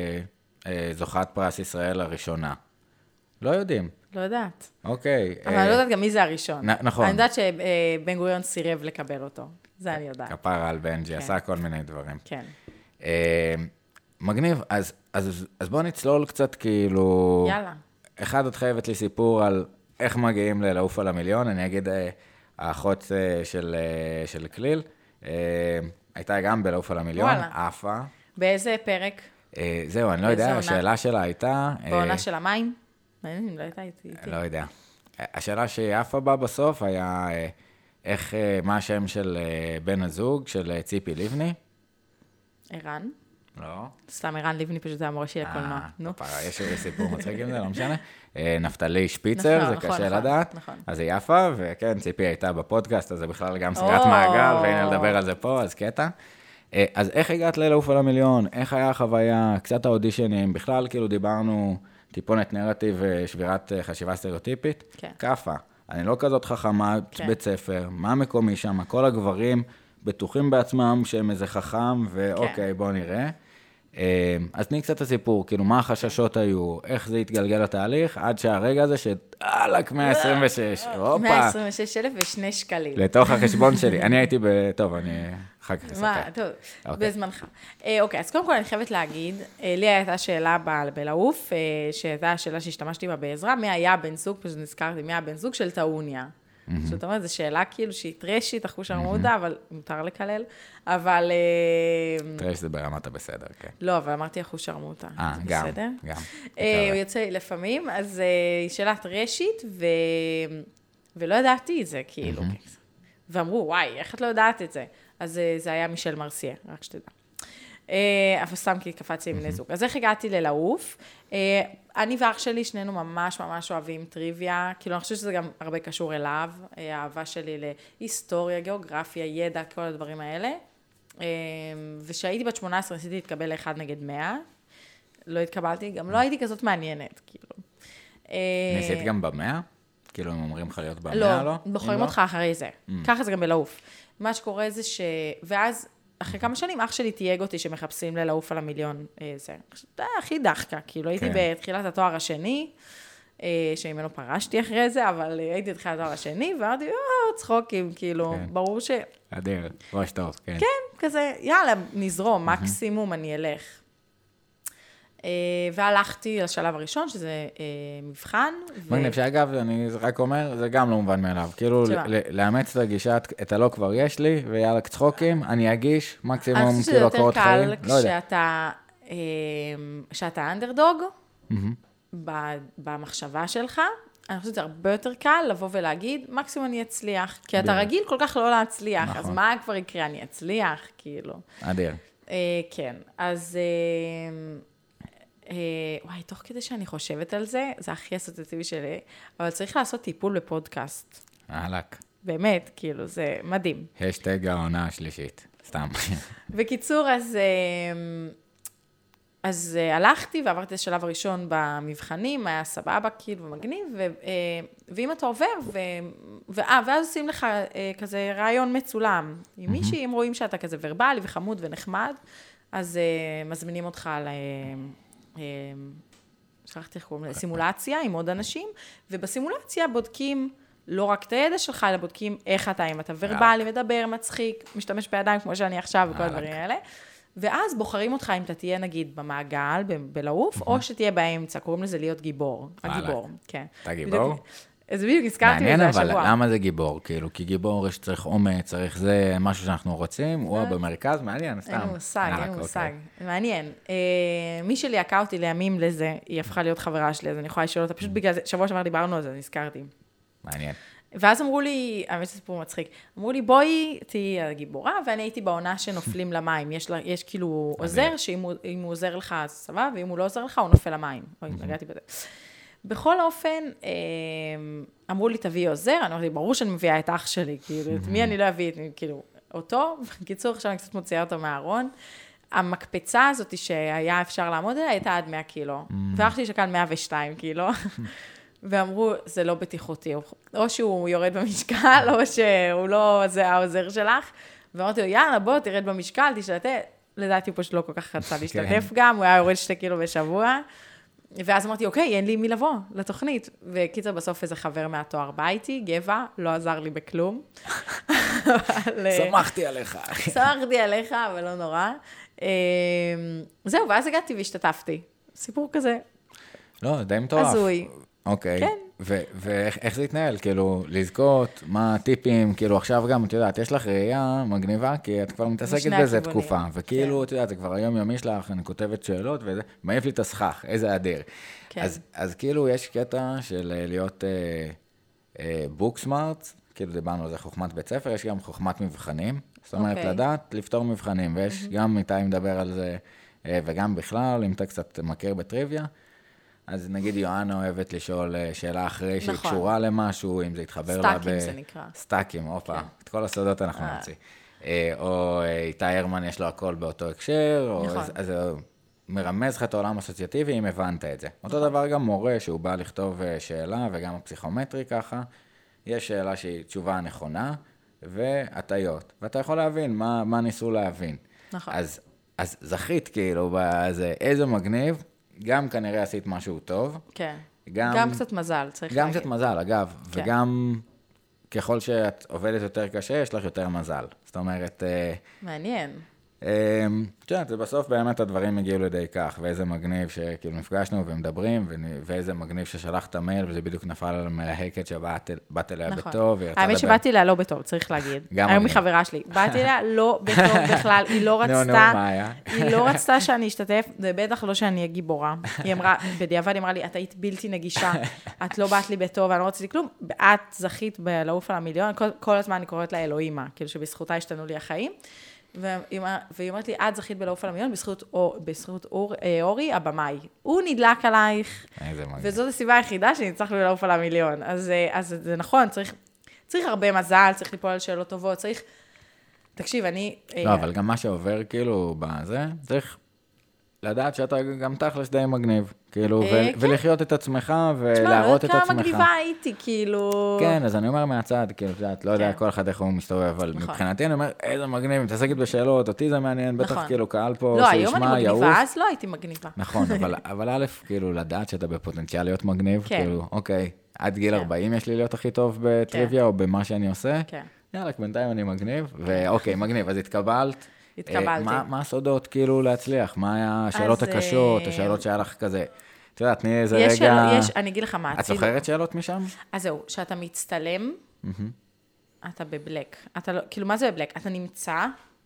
זוכת פרס ישראל הראשונה? לא יודעים. לא יודעת. אוקיי. אבל אני לא יודעת גם מי זה הראשון. נכון. אני יודעת שבן גוריון סירב לקבל אותו. זה אני יודעת. כפרה על בנג'י, עשה כל מיני דברים. כן. מגניב, אז בואו נצלול קצת כאילו... יאללה. אחד, את חייבת לי סיפור על איך מגיעים לעוף על המיליון, אני אגיד, האחות של כליל, הייתה גם בלעוף על המיליון, עפה. באיזה פרק? זהו, אני לא יודע, השאלה שלה הייתה... בעונה של המים? מעניין, לא הייתה איתי. לא יודע. השאלה שהיא עפה בה בסוף היה, מה השם של בן הזוג, של ציפי לבני? ערן. לא. סתם, ערן לבני פשוט זה המורה שלי לקולנוע. נו. יש סיפור מצחיק עם זה, לא משנה. נפתלי שפיצר, זה קשה לדעת. אז היא יפה, וכן, ציפי הייתה בפודקאסט, אז זה בכלל גם סגירת מעגל, והנה לדבר על זה פה, אז קטע. אז איך הגעת לעוף על המיליון? איך היה החוויה? קצת האודישנים, בכלל כאילו דיברנו טיפונת נרטיב ושבירת חשיבה סטריאוטיפית. כפה, אני לא כזאת חכמה, בית ספר, מה מקומי שם, כל הגברים בטוחים בעצמם שהם איזה חכם, ואוקיי, בואו נראה. אז תני קצת הסיפור, כאילו מה החששות היו, איך זה התגלגל לתהליך, עד שהרגע הזה שתעלק 126, הופה. 126,000 ו2 שקלים. לתוך החשבון שלי, אני הייתי טוב, אני אחר כך אספר. מה, טוב, בזמנך. אוקיי, אז קודם כל אני חייבת להגיד, לי הייתה שאלה בלעוף, שהייתה השאלה שהשתמשתי בה בעזרה, מי היה בן זוג, פשוט נזכרתי, מי היה בן זוג של טעוניה. זאת אומרת, זו שאלה כאילו שהיא טרשית, אחוש הרמודה, אבל מותר לקלל, אבל... טרש זה ברמת הבסדר, כן. לא, אבל אמרתי אחוש הרמודה. גם. הוא יוצא לפעמים, אז היא שאלה טרשית, ולא ידעתי את זה, כאילו. ואמרו, וואי, איך את לא יודעת את זה? אז זה היה מישל מרסייה, רק שתדע. אבל סתם כי קפצתי עם בני זוג. אז איך הגעתי ללעוף? אני ואח שלי, שנינו ממש ממש אוהבים טריוויה, כאילו אני חושבת שזה גם הרבה קשור אליו, האהבה שלי להיסטוריה, גיאוגרפיה, ידע, כל הדברים האלה. ושהייתי בת 18, ניסיתי להתקבל ל1 נגד 100, לא התקבלתי, גם לא הייתי כזאת מעניינת, כאילו. ניסית גם ב100? כאילו הם אומרים לך להיות ב100, לא? לא, בוחרים אותך אחרי זה. ככה זה גם בלעוף. מה שקורה זה ואז... אחרי כמה שנים, אח שלי תייג אותי שמחפשים ללעוף על המיליון, זה היה הכי דחקה, כאילו הייתי בתחילת התואר השני, שממנו פרשתי אחרי זה, אבל הייתי בתחילת התואר השני, ואמרתי, צחוקים, כאילו, ברור ש... אדיר, ראש טוב, כן. כן, כזה, יאללה, נזרום, מקסימום אני אלך. והלכתי לשלב הראשון, שזה מבחן. מגניב, שאגב, אני רק אומר, זה גם לא מובן מאליו. כאילו, לאמץ את הגישה, את הלא כבר יש לי, ויאללה, צחוקים, אני אגיש, מקסימום, כאילו, הקורות חיים. אני חושבת שזה יותר קל כשאתה אנדרדוג, במחשבה שלך, אני חושבת שזה הרבה יותר קל לבוא ולהגיד, מקסימום אני אצליח, כי אתה רגיל כל כך לא להצליח, אז מה כבר יקרה? אני אצליח, כאילו. אדיר. כן, אז וואי, תוך כדי שאני חושבת על זה, זה הכי אסוציאטיבי שלי, אבל צריך לעשות טיפול בפודקאסט. אהלק. באמת, כאילו, זה מדהים. השטג העונה השלישית, סתם. בקיצור, אז הלכתי ועברתי את השלב הראשון במבחנים, היה סבבה, כאילו, ומגניב, ואם אתה עובר, ואז עושים לך כזה רעיון מצולם. עם מישהי, אם רואים שאתה כזה ורבלי וחמוד ונחמד, אז מזמינים אותך שכחתי איך קוראים לזה, סימולציה עם עוד אנשים, ובסימולציה בודקים לא רק את הידע שלך, אלא בודקים איך אתה, אם אתה ורבלי, מדבר, מצחיק, משתמש בידיים כמו שאני עכשיו וכל הדברים האלה. ואז בוחרים אותך אם אתה תהיה נגיד במעגל, בלעוף, או שתהיה באמצע, קוראים לזה להיות גיבור. הגיבור, כן. אתה גיבור? אז בדיוק הזכרתי מעניין, בזה השבוע. אבל למה זה גיבור? כאילו, כי גיבור יש צריך אומץ, צריך זה משהו שאנחנו רוצים, הוא במרכז, מעניין, סתם. אין לי מושג. מעניין. מי שליהקה אותי לימים לזה, היא הפכה להיות חברה שלי, אז אני יכולה לשאול אותה, פשוט בגלל זה, שבוע שעבר דיברנו על זה, נזכרתי. מעניין. ואז אמרו לי, האמת שזה סיפור מצחיק, אמרו לי, בואי תהיי הגיבורה, ואני הייתי בעונה שנופלים למים. יש כאילו עוזר, שאם הוא עוזר לך, אז סבבה, ואם הוא לא עוזר לך, הוא נופל למים. אוי, נגעתי בזה. בכל אופן, אמרו לי, תביאי עוזר, אני אמרתי, ברור שאני מביאה את אח שלי, כאילו, את מי אני לא אביא, כאילו, אותו, בקיצור, עכשיו אני קצת מוציאה אותו מהארון, המקפצה הזאת שהיה אפשר לעמוד עליה, הייתה עד 100 קילו, ואח שלי שקל 102 קילו, ואמרו, זה לא בטיחותי, או שהוא יורד במשקל, או שהוא לא, זה העוזר שלך, ואמרתי לו, יאללה, בוא, תרד במשקל, תשתתף, לדעתי הוא פשוט לא כל כך רצה להשתתף גם, הוא היה יורד 2 קילו בשבוע, ואז אמרתי, אוקיי, אין לי מי לבוא לתוכנית. וקיצר, בסוף איזה חבר מהתואר בא איתי, גבע, לא עזר לי בכלום. שמחתי עליך. שמחתי עליך, אבל לא נורא. זהו, ואז הגעתי והשתתפתי. סיפור כזה. לא, די מטורף. הזוי. אוקיי. כן. ואיך זה התנהל? כאילו, לזכות, מה הטיפים? כאילו, עכשיו גם, את יודעת, יש לך ראייה מגניבה, כי את כבר מתעסקת בזה תקופה. וכאילו, את יודעת, זה כבר היום יומי שלך, אני כותבת שאלות, וזה, מעיף לי את הסכך, איזה אדיר. אז כאילו, יש קטע של להיות בוק סמארט, כאילו דיברנו על זה חוכמת בית ספר, יש גם חוכמת מבחנים, זאת אומרת, לדעת, לפתור מבחנים, ויש גם איתי מדבר על זה, וגם בכלל, אם אתה קצת מכיר בטריוויה, אז נגיד יואנה אוהבת לשאול שאלה אחרי שהיא קשורה למשהו, אם זה יתחבר לה סטאקים זה נקרא. סטאקים, הופה, את כל הסודות אנחנו נוציא. או איתי הרמן יש לו הכל באותו הקשר, אז מרמז לך את העולם האסוציאטיבי אם הבנת את זה. אותו דבר גם מורה שהוא בא לכתוב שאלה, וגם הפסיכומטרי ככה, יש שאלה שהיא תשובה נכונה, והטיות. ואתה יכול להבין מה ניסו להבין. נכון. אז זכית כאילו, איזה מגניב, גם כנראה עשית משהו טוב. כן. גם קצת מזל, צריך להגיד. גם קצת מזל, אגב. כן. וגם ככל שאת עובדת יותר קשה, יש לך יותר מזל. זאת אומרת... מעניין. תראה, זה בסוף באמת הדברים הגיעו לידי כך, ואיזה מגניב שכאילו נפגשנו ומדברים, ואיזה מגניב ששלחת מייל, וזה בדיוק נפל על המלהקת שבאת אליה בטוב. האמת שבאתי אליה לא בטוב, צריך להגיד. היום היא חברה שלי. באתי אליה לא בטוב בכלל, היא לא רצתה שאני אשתתף, ובטח לא שאני אהיה גיבורה. היא אמרה, בדיעבד היא אמרה לי, את היית בלתי נגישה, את לא באת לי בטוב, אני לא רציתי כלום, את זכית לעוף על המיליון, כל הזמן אני קוראת לה אלוהימה, כאילו שבזכותה השתנו לי החיים. והיא אומרת לי, את זכית בלעוף על המיליון בזכות אורי, הבמאי. הוא נדלק עלייך, וזאת הסיבה היחידה שנצטרך לעוף על המיליון. אז זה נכון, צריך הרבה מזל, צריך ליפול על שאלות טובות, צריך... תקשיב, אני... לא, אבל גם מה שעובר כאילו בזה, צריך לדעת שאתה גם תכלס די מגניב, כאילו, ולחיות את עצמך ולהראות את עצמך. כמה מגניבה הייתי, כאילו... כן, אז אני אומר מהצד, כאילו, את לא יודע כל אחד איך הוא מסתובב, אבל מבחינתי אני אומר, איזה מגניב, מתעסקת בשאלות, אותי זה מעניין, בטח כאילו קהל פה שישמע, יעוף. לא, היום אני מגניבה, אז לא הייתי מגניבה. נכון, אבל א', כאילו, לדעת שאתה בפוטנציאל להיות מגניב, כאילו, אוקיי, עד גיל 40 יש לי להיות הכי טוב בטריוויה או במה שאני עושה, יאללה, בינתיים אני מגניב, ואוקיי, מגניב, אז התקבלת. התקבלתי. מה הסודות כאילו להצליח? מה היה השאלות הקשות, השאלות שהיה לך כזה? את יודעת, תני איזה רגע... אני אגיד לך מה. את זוכרת שאלות משם? אז זהו, שאתה מצטלם, אתה בבלק. כאילו, מה זה בבלק? אתה נמצא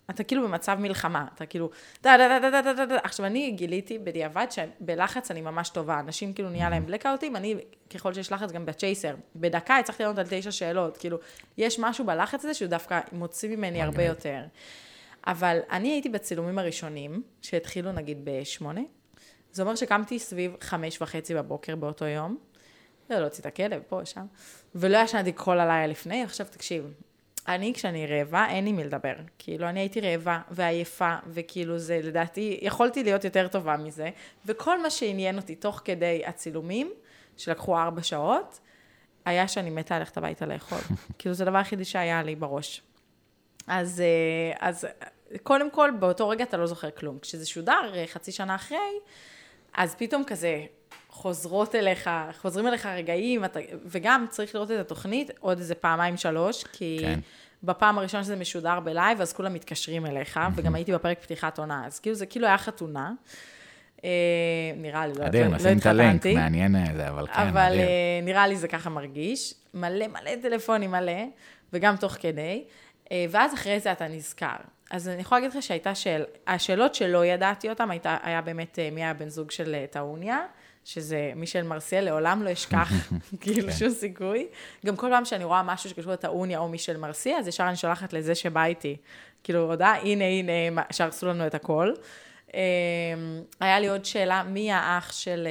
אתה כאילו במצב מלחמה, אתה כאילו, עכשיו אני גיליתי בדיעבד שבלחץ אני ממש טובה, אנשים כאילו נהיה להם בלקאוטים, אני ככל שיש לחץ גם בצ'ייסר, בדקה הצלחתי לענות על 9 שאלות, כאילו, יש משהו בלחץ הזה שהוא דווקא מוציא ממני הרבה יותר. אבל אני הייתי בצילומים הראשונים, שהתחילו נגיד ב8, זה אומר שקמתי סביב 5:30 בבוקר באותו יום, להוציא את הכלב פה, שם, ולא ישנתי כל הלילה לפני, עכשיו תקשיב, אני כשאני רעבה, אין לי מי לדבר, כאילו אני הייתי רעבה ועייפה, וכאילו זה לדעתי, יכולתי להיות יותר טובה מזה, וכל מה שעניין אותי תוך כדי הצילומים, שלקחו 4 שעות, היה שאני מתה ללכת הביתה לאכול, כאילו זה הדבר היחידי שהיה לי בראש. אז קודם כל, באותו רגע אתה לא זוכר כלום, כשזה שודר חצי שנה אחרי, אז פתאום כזה, חוזרים אליך רגעים, וגם צריך לראות את התוכנית עוד איזה 2-3, כי כן. בפעם הראשונה שזה משודר בלייב, אז כולם מתקשרים אליך, וגם הייתי בפרק פתיחת עונה, אז כאילו זה כאילו היה חתונה, נראה לי, לא התחתנתי. נשים את הלינק, מעניין זה, אבל כן. אבל נראה לי זה ככה מרגיש, מלא טלפונים מלא, וגם תוך כדי, ואז אחרי זה אתה נזכר. אז אני יכולה להגיד לך שהייתה השאלות שלא ידעתי אותן, היה באמת מי היה בן זוג של טאוניה, שזה מישל מרסיאל, לעולם לא אשכח, כאילו שום סיכוי. גם כל פעם שאני רואה משהו שקשור לטאוניה או מישל מרסיאל, אז ישר אני שולחת לזה שבא איתי. כאילו, הודעה, הנה, שהרסו לנו את הכל. היה לי עוד שאלה, מי האח של...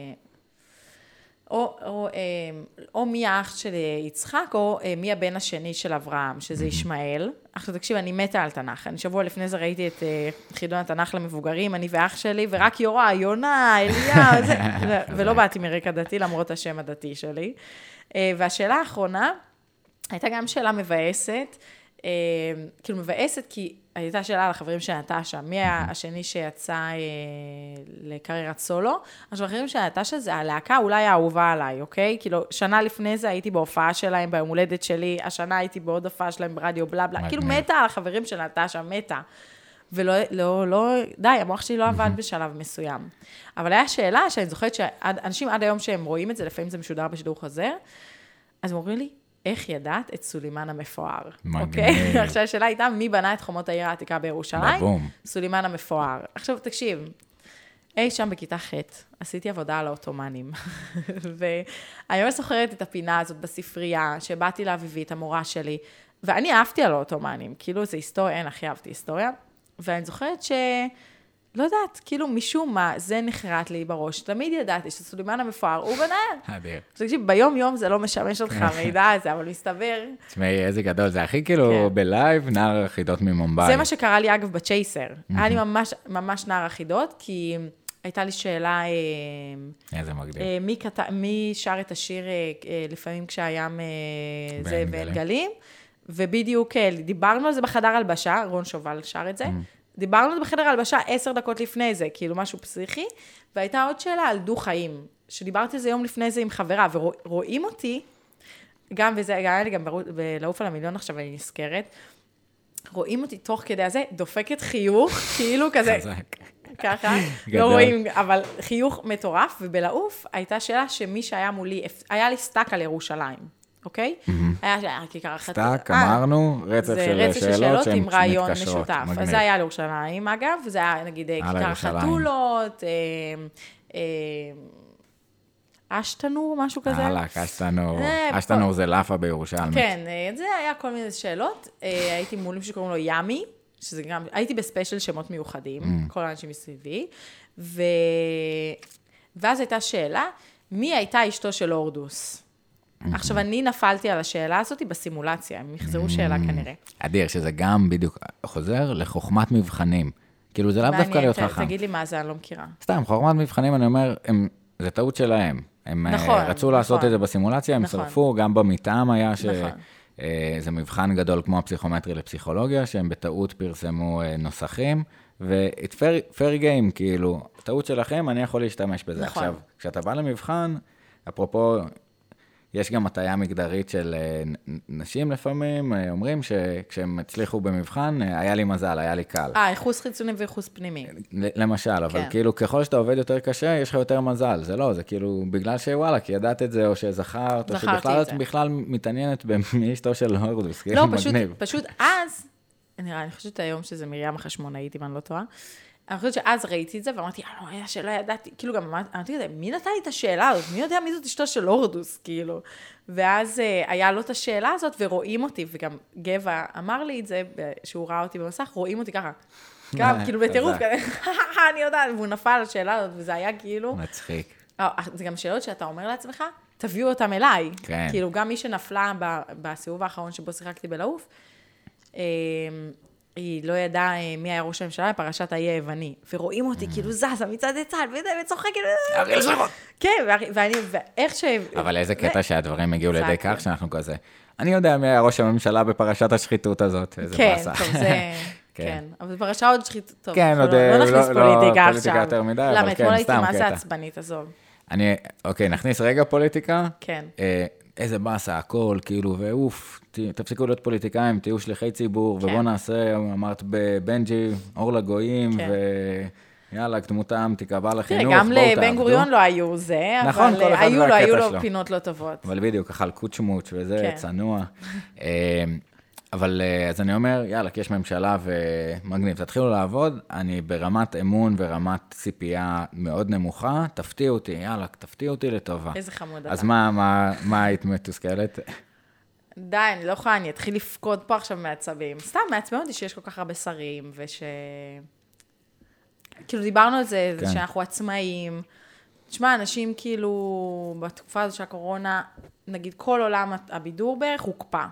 או מי האח של יצחק, או מי הבן השני של אברהם, שזה ישמעאל. עכשיו תקשיב, אני מתה על תנ"ך. אני שבוע לפני זה ראיתי את חידון התנ"ך למבוגרים, אני ואח שלי, ורק יונה, אליה, ולא באתי מרקע דתי, למרות השם הדתי שלי. והשאלה האחרונה, הייתה גם שאלה מבאסת, כאילו מבאסת כי הייתה שאלה על החברים של נטשה, מי השני שיצא לקריירת סולו, עכשיו החברים של נטשה זה הלהקה אולי האהובה עליי, אוקיי? כאילו שנה לפני זה הייתי בהופעה שלהם ביום הולדת שלי, השנה הייתי בעוד הופעה שלהם ברדיו בלה בלה, כאילו מתה על החברים של נטשה, מתה. ולא, די, המוח שלי לא עבד בשלב מסוים. אבל היה שאלה שאני זוכרת שאנשים עד היום שהם רואים את זה, לפעמים זה משודר בשידור חוזר, אז הם אומרים לי, איך ידעת את סולימן המפואר? אוקיי? עכשיו השאלה הייתה, מי בנה את חומות העיר העתיקה בירושלים? סולימן המפואר. עכשיו תקשיב, אי שם בכיתה ח' עשיתי עבודה על האוטומנים, ואני ממש זוכרת את הפינה הזאת בספרייה, שבאתי לאביבית, המורה שלי, ואני אהבתי על האוטומנים, כאילו זה היסטוריה, אין הכי אהבתי היסטוריה, ואני זוכרת לא יודעת, כאילו משום מה, זה נחרט לי בראש. תמיד ידעתי שסולימן המפואר הוא בנהר. אדיר. תקשיב, ביום יום זה לא משמש אותך מידע הזה, אבל מסתבר. תשמעי, איזה גדול, זה הכי כאילו בלייב, נער החידות ממומביי. זה מה שקרה לי אגב בצ'ייסר. היה לי ממש נער החידות, כי הייתה לי שאלה, איזה מגניב. מי שר את השיר לפעמים כשהים זה ואין גלים, ובדיוק דיברנו על זה בחדר הלבשה, רון שובל שר את זה, דיברנו על זה בחדר הלבשה 10 דקות לפני זה, כאילו משהו פסיכי, והייתה עוד שאלה על דו חיים, שדיברתי על זה יום לפני זה עם חברה, ורואים אותי, גם, וזה היה לי גם בלעוף על המיליון עכשיו, אני נזכרת, רואים אותי תוך כדי הזה, דופקת חיוך, כאילו כזה, ככה, לא רואים, אבל חיוך מטורף, ובלעוף הייתה שאלה שמי שהיה מולי, היה לי סטאק על ירושלים. אוקיי? היה כיכר אחת. סטאק, אמרנו, רצף של שאלות שהן עם רעיון מתקשרות. משותף. אז זה היה לירושלים, אגב, וזה היה נגיד כיכר חתולות, אשתנור, משהו כזה. אשתנור. אשתנור זה לאפה בירושלמית. כן, זה היה כל מיני שאלות. הייתי מול מישהו שקוראים לו ימי, שזה גם, הייתי בספיישל שמות מיוחדים, כל האנשים מסביבי, ואז הייתה שאלה, מי הייתה אשתו של הורדוס? עכשיו, אני נפלתי על השאלה הזאת בסימולציה, הם יחזרו שאלה כנראה. אדיר, שזה גם בדיוק חוזר לחוכמת מבחנים. כאילו, זה לאו דווקא להיות חכם. תגיד לי מה זה, אני לא מכירה. סתם, חוכמת מבחנים, אני אומר, זה טעות שלהם. הם רצו לעשות את זה בסימולציה, הם שרפו, גם במטעם היה שזה מבחן גדול כמו הפסיכומטרי לפסיכולוגיה, שהם בטעות פרסמו נוסחים, ו-fair game, כאילו, טעות שלכם, אני יכול להשתמש בזה. עכשיו, כשאתה בא למבחן, אפרופו, יש גם הטיה מגדרית של נשים לפעמים, אומרים שכשהם הצליחו במבחן, היה לי מזל, היה לי קל. ייחוס חיצוני וייחוס פנימי. למשל, אבל כאילו ככל שאתה עובד יותר קשה, יש לך יותר מזל. זה לא, זה כאילו בגלל שוואלה, כי ידעת את זה, או שזכרת, או שבכלל מתעניינת במי אשתו של הורדוס. לא, פשוט אז, אני חושבת היום שזה מרים החשמונאית, אם אני לא טועה. אני חושבת שאז ראיתי את זה, ואמרתי, לא, שלא ידעתי, כאילו גם אמרתי כזה, מי נתן לי את השאלה הזאת? מי יודע מי זאת אשתו של הורדוס, כאילו? ואז היה לו את השאלה הזאת, ורואים אותי, וגם גבע אמר לי את זה, שהוא ראה אותי במסך, רואים אותי ככה. גם, כאילו בטירוף, אני יודעת, והוא נפל על השאלה הזאת, וזה היה כאילו... מצחיק. זה גם שאלות שאתה אומר לעצמך, תביאו אותם אליי. כן. כאילו, גם מי שנפלה בסיבוב האחרון שבו שיחקתי בלעוף, היא לא ידעה מי היה ראש הממשלה בפרשת האי היווני. ורואים אותי כאילו זזה מצד לצד, וצוחקת. כן, ואיך ש... אבל איזה קטע שהדברים הגיעו לידי כך שאנחנו כזה. אני יודע מי היה ראש הממשלה בפרשת השחיתות הזאת. איזה באסה. כן, טוב, זה... כן, אבל פרשה עוד שחיתות. טוב, כן, עוד לא נכניס פוליטיקה עכשיו. יותר מדי, אבל למה, כן, אתמול הייתי סתם מה זה קטע. עצבנית, עזוב. אוקיי, נכניס רגע פוליטיקה. כן. איזה באסה, הכל, כאילו, ואוף, תפסיקו להיות פוליטיקאים, תהיו שליחי ציבור, ובואו נעשה, אמרת בבנג'י, אור לגויים, ויאללה, דמותם, תקבע לחינוך, תראה, גם לבן גוריון לא היו זה, נכון, אבל היו לו פינות לא טובות. אבל בדיוק, אכל קוצ'מוץ' וזה, צנוע. אבל אז אני אומר, יאללה, כי יש ממשלה ומגניב, תתחילו לעבוד, אני ברמת אמון ורמת ציפייה מאוד נמוכה, תפתיעו אותי, יאללה, תפתיעו אותי לטובה. איזה חמוד. אז מה היית מתוסכלת? די, אני לא יכולה, אני אתחיל לפקוד פה עכשיו מעצבים. סתם, מעצבן אותי שיש כל כך הרבה שרים, כאילו דיברנו על זה, שאנחנו עצמאים. תשמע, אנשים כאילו, בתקופה הזו של הקורונה, נגיד כל עולם הבידור בערך הוקפא.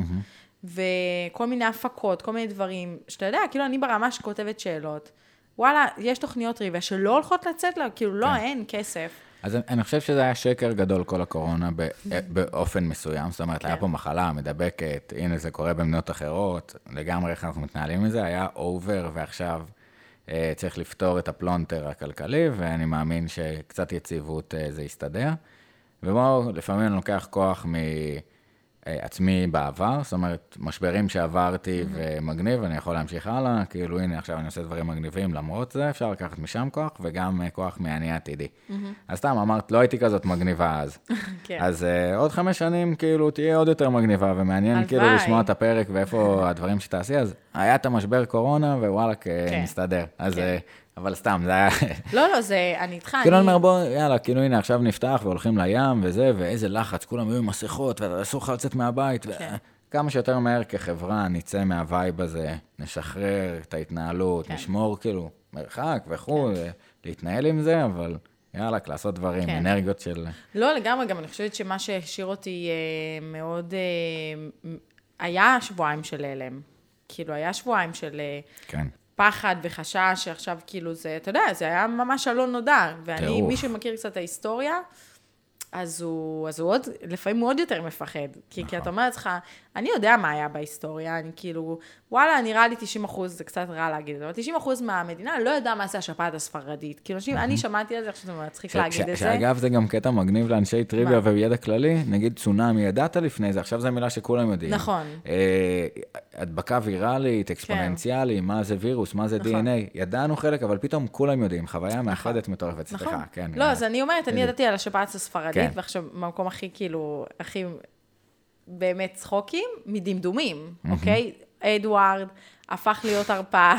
וכל מיני הפקות, כל מיני דברים, שאתה יודע, כאילו אני ברמה שכותבת שאלות, וואלה, יש תוכניות ריביה שלא הולכות לצאת לה, כאילו לא, אין כסף. אז אני חושב שזה היה שקר גדול כל הקורונה באופן מסוים, זאת אומרת, היה פה מחלה מדבקת, הנה זה קורה במדינות אחרות, לגמרי איך אנחנו מתנהלים מזה, היה אובר ועכשיו צריך לפתור את הפלונטר הכלכלי, ואני מאמין שקצת יציבות זה יסתדר, ובואו, לפעמים אני לוקח כוח עצמי בעבר, זאת אומרת, משברים שעברתי ומגניב, אני יכול להמשיך הלאה, כאילו הנה עכשיו אני עושה דברים מגניבים, למרות זה אפשר לקחת משם כוח, וגם כוח מעני עתידי. אז סתם אמרת, לא הייתי כזאת מגניבה אז. אז עוד 5 שנים כאילו תהיה עוד יותר מגניבה, ומעניין כאילו לשמוע את הפרק ואיפה הדברים שתעשי, אז היה את המשבר קורונה, ווואלה, נסתדר. אז אבל סתם, זה היה... לא, זה, אני איתך, כאילו אני אומר, בוא, יאללה, כאילו הנה, עכשיו נפתח והולכים לים וזה, ואיזה לחץ, כולם היו עם מסכות, ואסור לך לצאת מהבית, וכמה שיותר מהר כחברה נצא מהווייב הזה, נשחרר את ההתנהלות, נשמור כאילו מרחק וכו', להתנהל עם זה, אבל יאללה, לעשות דברים, אנרגיות של... לא, לגמרי, גם אני חושבת שמה שהשאיר אותי מאוד... היה שבועיים של הלם. כאילו, היה שבועיים של... כן. פחד וחשש שעכשיו כאילו זה, אתה יודע, זה היה ממש לא נודע, ואני, מי שמכיר קצת את ההיסטוריה, אז הוא עוד, לפעמים הוא עוד יותר מפחד, כי אתה אומר לך, אני יודע מה היה בהיסטוריה, אני כאילו, וואלה, נראה לי 90%, זה קצת רע להגיד את זה, אבל 90% מהמדינה לא יודע מה זה השפעת הספרדית, כאילו, אני שמעתי על זה, עכשיו זה מצחיק להגיד את זה. שאגב, זה גם קטע מגניב לאנשי טריוויה וידע כללי, נגיד צונאמי, ידעת לפני זה, עכשיו זו מילה שכולם יודעים. נכון. הדבקה ויראלית, אקספוננציאלי, מה זה וירוס, מה זה DNA, ידענו חלק, אבל פתאום כולם יודעים, חוויה מאחדת מטורפת, סליחה, כן. לא, אז אני אומרת, אני ידעתי על השפעת הספרדית, ועכשיו במקום הכי כאילו, הכי באמת צחוקים, מדמדומים, אוקיי? אדוארד הפך להיות הרפאה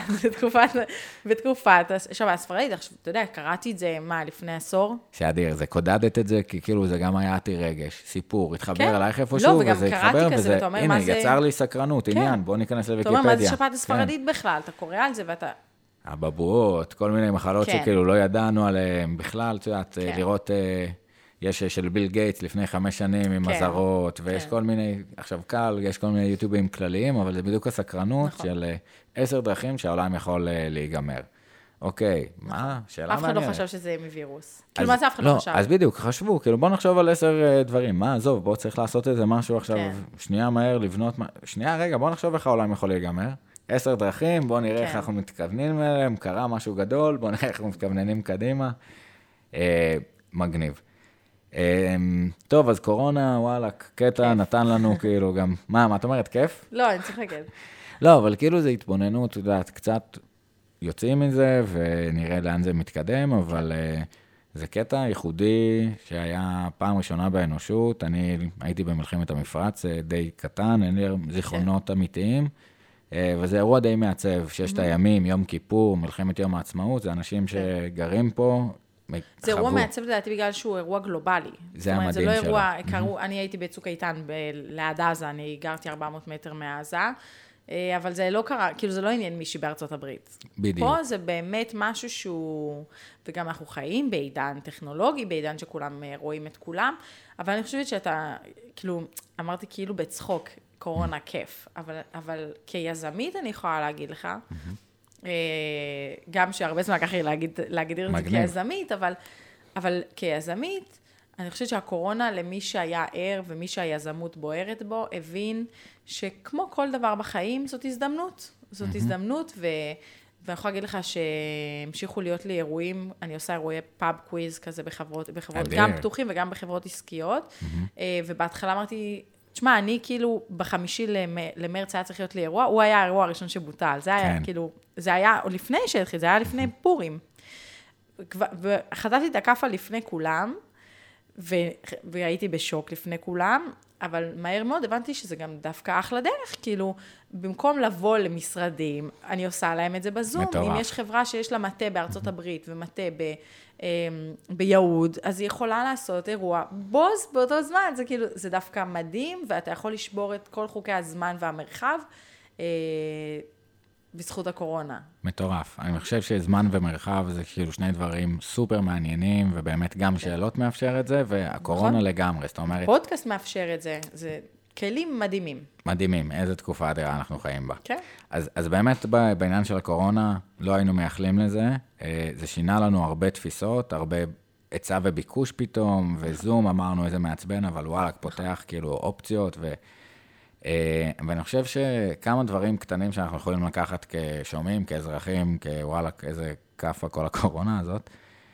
בתקופת השפעת הספרדית, עכשיו, אתה יודע, קראתי את זה, לפני עשור? שאדיר, זה קודדת את זה, כי כאילו זה גם היה עתי רגש, סיפור, התחבר אלייך איפשהו, וזה התחבר, וזה, הנה, יצר לי סקרנות, עניין, בוא ניכנס לוויקיפדיה. אתה אומר, מה זה שפעת הספרדית בכלל? אתה קורא על זה ואתה... הבבואות, כל מיני מחלות שכאילו לא ידענו עליהן בכלל, את יודעת, לראות... יש של ביל גייטס לפני 5 שנים עם הזרות, ויש כל מיני, עכשיו קל, יש כל מיני יוטיובים כלליים, אבל זה בדיוק הסקרנות של 10 דרכים שהעולם יכול להיגמר. אוקיי, מה? שאלה מעניינת. אף אחד לא חשב שזה מווירוס. כאילו מה זה אף אחד לא חשב? אז בדיוק, חשבו, כאילו בוא נחשוב על 10 דברים, מה, עזוב, בוא צריך לעשות איזה משהו עכשיו, שנייה מהר לבנות, שנייה רגע, בוא נחשוב איך העולם יכול להיגמר. 10 דרכים, בוא נראה איך אנחנו מתכוונים אליהם, קרה משהו גדול, בוא נראה איך אנחנו מתכווננים קדימה. מגניב. טוב, אז קורונה, וואלה, קטע נתן לנו כאילו גם, מה את אומרת, כיף? לא, אני צוחקת. לא, אבל כאילו זה התבוננות, אתה יודעת, קצת יוצאים מזה ונראה לאן זה מתקדם, אבל זה קטע ייחודי שהיה פעם ראשונה באנושות, אני הייתי במלחמת המפרץ די קטן, אין לי זיכרונות אמיתיים, וזה אירוע די מעצב, ששת הימים, יום כיפור, מלחמת יום העצמאות, זה אנשים שגרים פה, זה אירוע מעצב לדעתי בגלל שהוא אירוע גלובלי. זה המדהים שלו. זה לא אירוע, אני הייתי בצוק איתן ליד עזה, אני גרתי 400 מטר מעזה, אבל זה לא קרה, כאילו זה לא עניין מישהי בארצות הברית. בדיוק. פה זה באמת משהו שהוא, וגם אנחנו חיים בעידן טכנולוגי, בעידן שכולם רואים את כולם, אבל אני חושבת שאתה, כאילו, אמרתי כאילו בצחוק, קורונה כיף, אבל כיזמית אני יכולה להגיד לך, גם שהרבה זמן לקח לי להגדיר את זה כיזמית, אבל כיזמית, אני חושבת שהקורונה למי שהיה ער ומי שהיזמות בוערת בו, הבין שכמו כל דבר בחיים, זאת הזדמנות. זאת הזדמנות, ואני יכולה להגיד לך שהמשיכו להיות לי אירועים, אני עושה אירועי פאב קוויז כזה בחברות גם פתוחים וגם בחברות עסקיות, ובהתחלה אמרתי, תשמע, אני כאילו בחמישי למרץ היה צריך להיות לי אירוע, הוא היה האירוע הראשון שבוטל, זה היה כאילו, זה היה עוד לפני שהתחיל, זה היה לפני פורים. וחטפתי את הכאפה לפני כולם, והייתי בשוק לפני כולם, אבל מהר מאוד הבנתי שזה גם דווקא אחלה דרך, כאילו, במקום לבוא למשרדים, אני עושה להם את זה בזום. מטורף. אם יש חברה שיש לה מטה בארצות הברית ומטה ביהוד, אז היא יכולה לעשות אירוע בוז באותו זמן, זה כאילו, זה דווקא מדהים, ואתה יכול לשבור את כל חוקי הזמן והמרחב, בזכות הקורונה. מטורף. אני חושב שזמן ומרחב זה כאילו שני דברים סופר מעניינים, ובאמת גם שאלות מאפשר את זה, והקורונה לגמרי, זאת אומרת... פודקאסט מאפשר את זה, זה כלים מדהימים. מדהימים, איזה תקופה אדירה אנחנו חיים בה. כן. אז באמת בעניין של הקורונה, לא היינו מייחלים לזה, זה שינה לנו הרבה תפיסות, הרבה היצע וביקוש פתאום, וזום אמרנו איזה מעצבן, אבל וואלה, פותח כאילו אופציות ואני חושב שכמה דברים קטנים שאנחנו יכולים לקחת כשומעים, כאזרחים, כוואלה, איזה כפה כל הקורונה הזאת,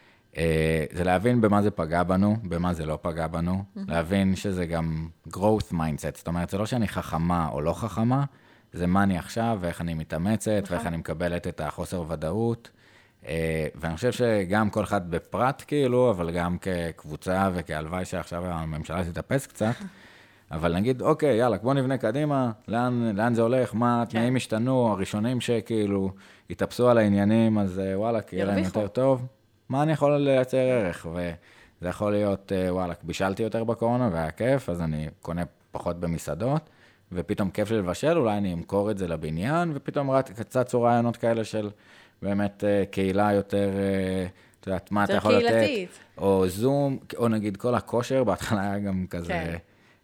זה להבין במה זה פגע בנו, במה זה לא פגע בנו, להבין שזה גם growth mindset, זאת אומרת, זה לא שאני חכמה או לא חכמה, זה מה אני עכשיו, ואיך אני מתאמצת, ואיך אני מקבלת את החוסר ודאות, ואני חושב שגם כל אחד בפרט כאילו, אבל גם כקבוצה וכהלוואי שעכשיו הממשלה תתאפס קצת, אבל נגיד, אוקיי, יאללה, בוא נבנה קדימה, לאן זה הולך, מה התנאים השתנו, הראשונים שכאילו התאפסו על העניינים, אז וואלה, כי יהיה להם יותר טוב, מה אני יכול לייצר ערך? וזה יכול להיות, וואלה, בישלתי יותר בקורונה והיה כיף, אז אני קונה פחות במסעדות, ופתאום כיף של לבשל, אולי אני אמכור את זה לבניין, ופתאום קצת רעיונות כאלה של באמת קהילה יותר, אתה יודעת, מה אתה יכול לתת, קהילתית. או זום, או נגיד כל הכושר, בהתחלה היה גם כזה...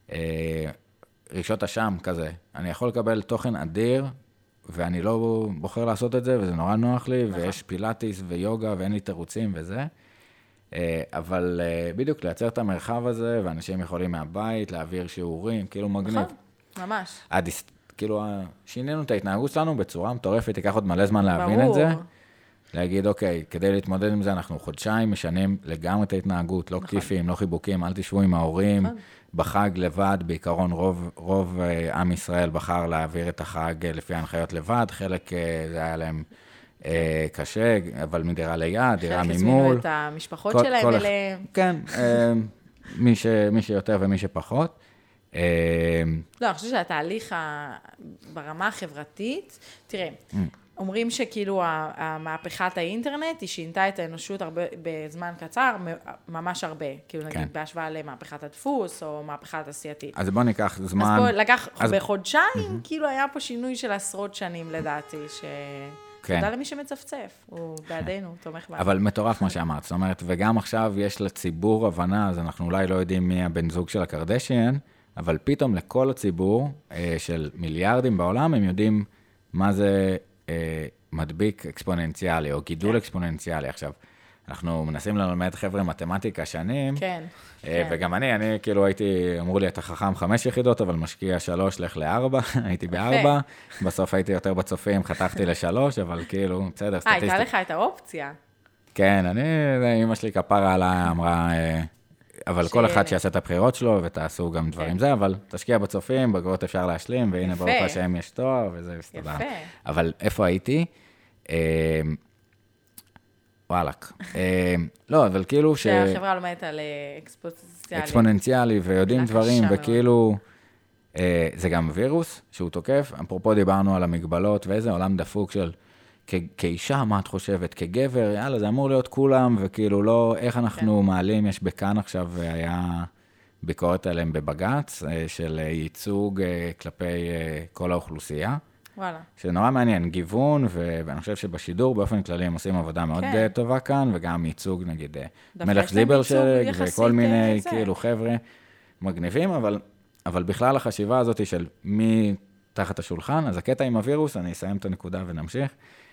רישות השם כזה, אני יכול לקבל תוכן אדיר, ואני לא בוחר לעשות את זה, וזה נורא נוח לי, ויש פילאטיס ויוגה, ואין לי תירוצים וזה, אבל בדיוק לייצר את המרחב הזה, ואנשים יכולים מהבית, להעביר שיעורים, כאילו מגניב. ממש. כאילו, שינינו את ההתנהגות שלנו בצורה מטורפת, תיקח עוד מלא זמן להבין את זה, להגיד, אוקיי, כדי להתמודד עם זה, אנחנו חודשיים משנים לגמרי את ההתנהגות, לא כיפים, לא חיבוקים, אל תשבו עם ההורים, בחג לבד, בעיקרון רוב עם ישראל בחר להעביר את החג לפי ההנחיות לבד, חלק זה היה להם קשה, אבל מדירה ליד, דירה ממול. חלק הזמינו את המשפחות שלהם אליהם. כן, מי שיותר ומי שפחות. לא, אני חושבת שהתהליך ברמה החברתית, תראה, אומרים שכאילו המהפכת האינטרנט היא שינתה את האנושות בזמן קצר, ממש הרבה, כאילו נגיד בהשוואה למהפכת הדפוס או מהפכת התעשייתית. אז בוא ניקח זמן. אז בוא לקח בחודשיים, כאילו היה פה שינוי של עשרות שנים לדעתי, תודה למי שמצפצף, הוא בעדינו, תומך בעדינו. אבל מטורף מה שאמרת, זאת אומרת, וגם עכשיו יש לציבור הבנה, אז אנחנו אולי לא יודעים מי הבן זוג של הקרדשיאן, אבל פתאום לכל הציבור של מיליארדים בעולם, הם יודעים מה זה מדביק אקספוננציאלי, או גידול אקספוננציאלי. עכשיו, אנחנו מנסים ללמד חבר'ה מתמטיקה שנים, וגם אני כאילו הייתי, אמרו לי, אתה חכם 5 יחידות, אבל משקיע 3, לך ל4, הייתי ב4, בסוף הייתי יותר בצופים, חתכתי ל3, אבל כאילו, בסדר, סטטיסטית. הייתה לך את האופציה. כן, אמא שלי כפרה עליי, אמרה, אבל כל אחד שיעשה את הבחירות שלו, ותעשו גם דברים זה, אבל תשקיע בצופים, בגרות אפשר להשלים, והנה ברוך השם יש תואר, וזה מסתדר. יפה. אבל איפה הייתי? וואלק. לא, אבל כאילו שהחברה לומדת על אקספוננציאלי. אקספוננציאלי, ויודעים דברים, וכאילו, זה גם וירוס שהוא תוקף, אפרופו דיברנו על המגבלות ואיזה עולם דפוק של כאישה, מה את חושבת? כגבר, יאללה, זה אמור להיות כולם, וכאילו לא, איך אנחנו מעלים, יש בכאן עכשיו, היה ביקורת עליהם בבגץ, של ייצוג כלפי כל האוכלוסייה. וואלה. שנורא מעניין, גיוון, ואני חושב שבשידור באופן כללי הם עושים עבודה מאוד טובה כאן, וגם ייצוג, נגיד, מלך זיברשלג, וכל מיני כאילו חבר'ה מגניבים, אבל בכלל החשיבה הזאת של מי תחת השולחן, אז הקטע עם הווירוס, אני אסיים את הנקודה ונמשיך,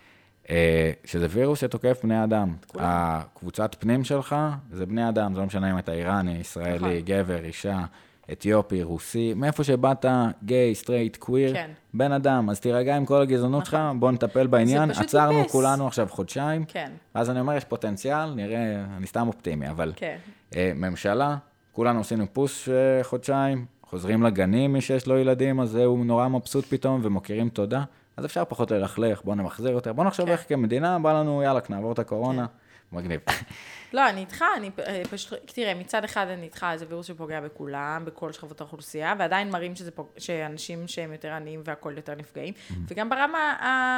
שזה וירוס שתוקף בני אדם. הקבוצת פנים שלך, זה בני אדם, זה לא משנה אם אתה איראני, ישראלי, גבר, אישה, אתיופי, רוסי, מאיפה שבאת, גיי, סטרייט, קוויר, בן אדם, אז תירגע עם כל הגזענות שלך, בוא נטפל בעניין, עצרנו כולנו עכשיו חודשיים, אז אני אומר, יש פוטנציאל, נראה, אני סתם אופטימי, אבל ממשלה, כולנו עשינו פוס חודשיים, חוזרים לגנים, מי שיש לו ילדים, אז הוא נורא מבסוט פתאום, ומוכירים תודה, אז אפשר פחות ללכלך, בוא נמחזר יותר, בוא נחשוב איך כמדינה, בא לנו, יאללה, נעבור את הקורונה, מגניב. לא, אני איתך, אני פשוט, תראה, מצד אחד אני איתך, זה וירוס שפוגע בכולם, בכל שכבות האוכלוסייה, ועדיין מראים שאנשים שהם יותר עניים והכל יותר נפגעים, וגם ברמה,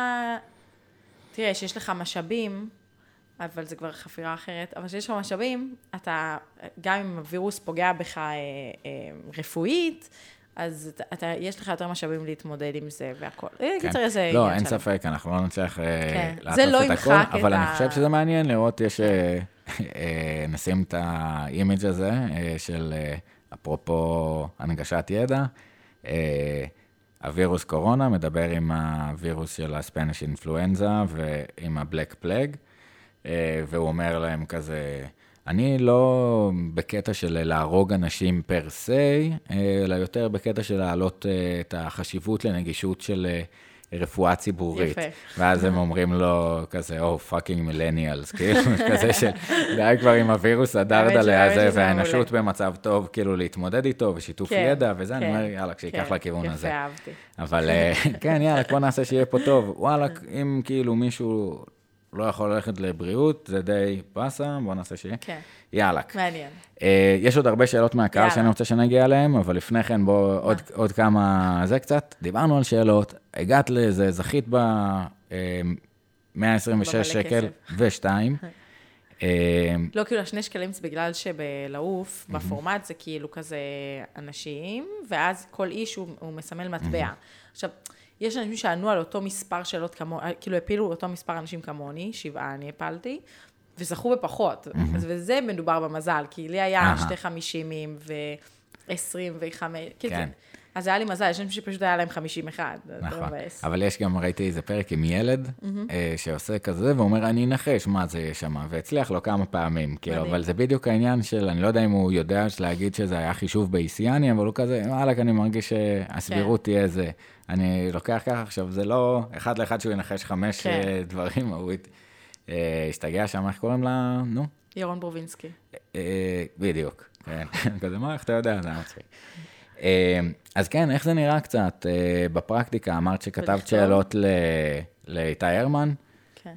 תראה, שיש לך משאבים, אבל זה כבר חפירה אחרת, אבל שיש לך משאבים, אתה, גם אם הווירוס פוגע בך רפואית, אז יש לך יותר משאבים להתמודד עם זה והכל. קיצר, זה לא, אין ספק, אנחנו לא נצליח לעטוף את הכל, אבל אני חושב שזה מעניין לראות, נשים את האימג' הזה של, אפרופו הנגשת ידע, הווירוס קורונה מדבר עם הווירוס של הספניש אינפלואנזה ועם הבלק פלג, והוא אומר להם כזה, אני לא בקטע של להרוג אנשים פר סי, אלא יותר בקטע של להעלות את החשיבות לנגישות של רפואה ציבורית. יפה. ואז הם אומרים לו כזה, fucking millennials, כאילו, כזה של, די כבר עם הווירוס הדרד עליה הזה, והאנושות במצב טוב, כאילו, להתמודד איתו, ושיתוף ידע, וזה, אני אומר, יאללה, כשיקח לכיוון הזה. יפה, אהבתי. אבל, כן, יאללה, בוא נעשה שיהיה פה טוב. וואלה, אם כאילו מישהו לא יכול ללכת לבריאות, זה די פסה, בוא נעשה שיהיה. כן. יאללה. מעניין. יש עוד הרבה שאלות מהקהל שאני רוצה שנגיע אליהם, אבל לפני כן בוא עוד כמה, זה קצת, דיברנו על שאלות, הגעת לזה, זכית ב-126 שקל ושתיים. לא, כאילו, 2 שקלים זה בגלל שבלעוף, בפורמט זה כאילו כזה אנשים, ואז כל איש הוא מסמל מטבע. עכשיו, יש אנשים שענו על אותו מספר שאלות כמוני, כאילו הפילו אותו מספר אנשים כמוני, 7 אני הפלתי, וזכו בפחות. וזה מדובר במזל, כי לי היה 250 ו-25, כן. אז היה לי מזל, יש אנשים שפשוט היה להם 51. נכון, אבל יש גם, ראיתי איזה פרק עם ילד, שעושה כזה, ואומר, אני אנחש מה זה יש שם, והצליח לו כמה פעמים, כאילו, אבל זה בדיוק העניין של, אני לא יודע אם הוא יודע להגיד שזה היה חישוב באיסיאני, אבל הוא כזה, וואלק, אני מרגיש שהסבירות תהיה זה. אני לוקח ככה, עכשיו, זה לא 1 ל-1 שהוא ינחש 5 דברים, הוא השתגע שם, איך קוראים לה, נו? ירון ברובינסקי. בדיוק, כן, כזה, מה, איך אתה יודע, זה מצחיק. אז כן, איך זה נראה קצת בפרקטיקה? אמרת שכתבת שאלות לאיתי הרמן. כן.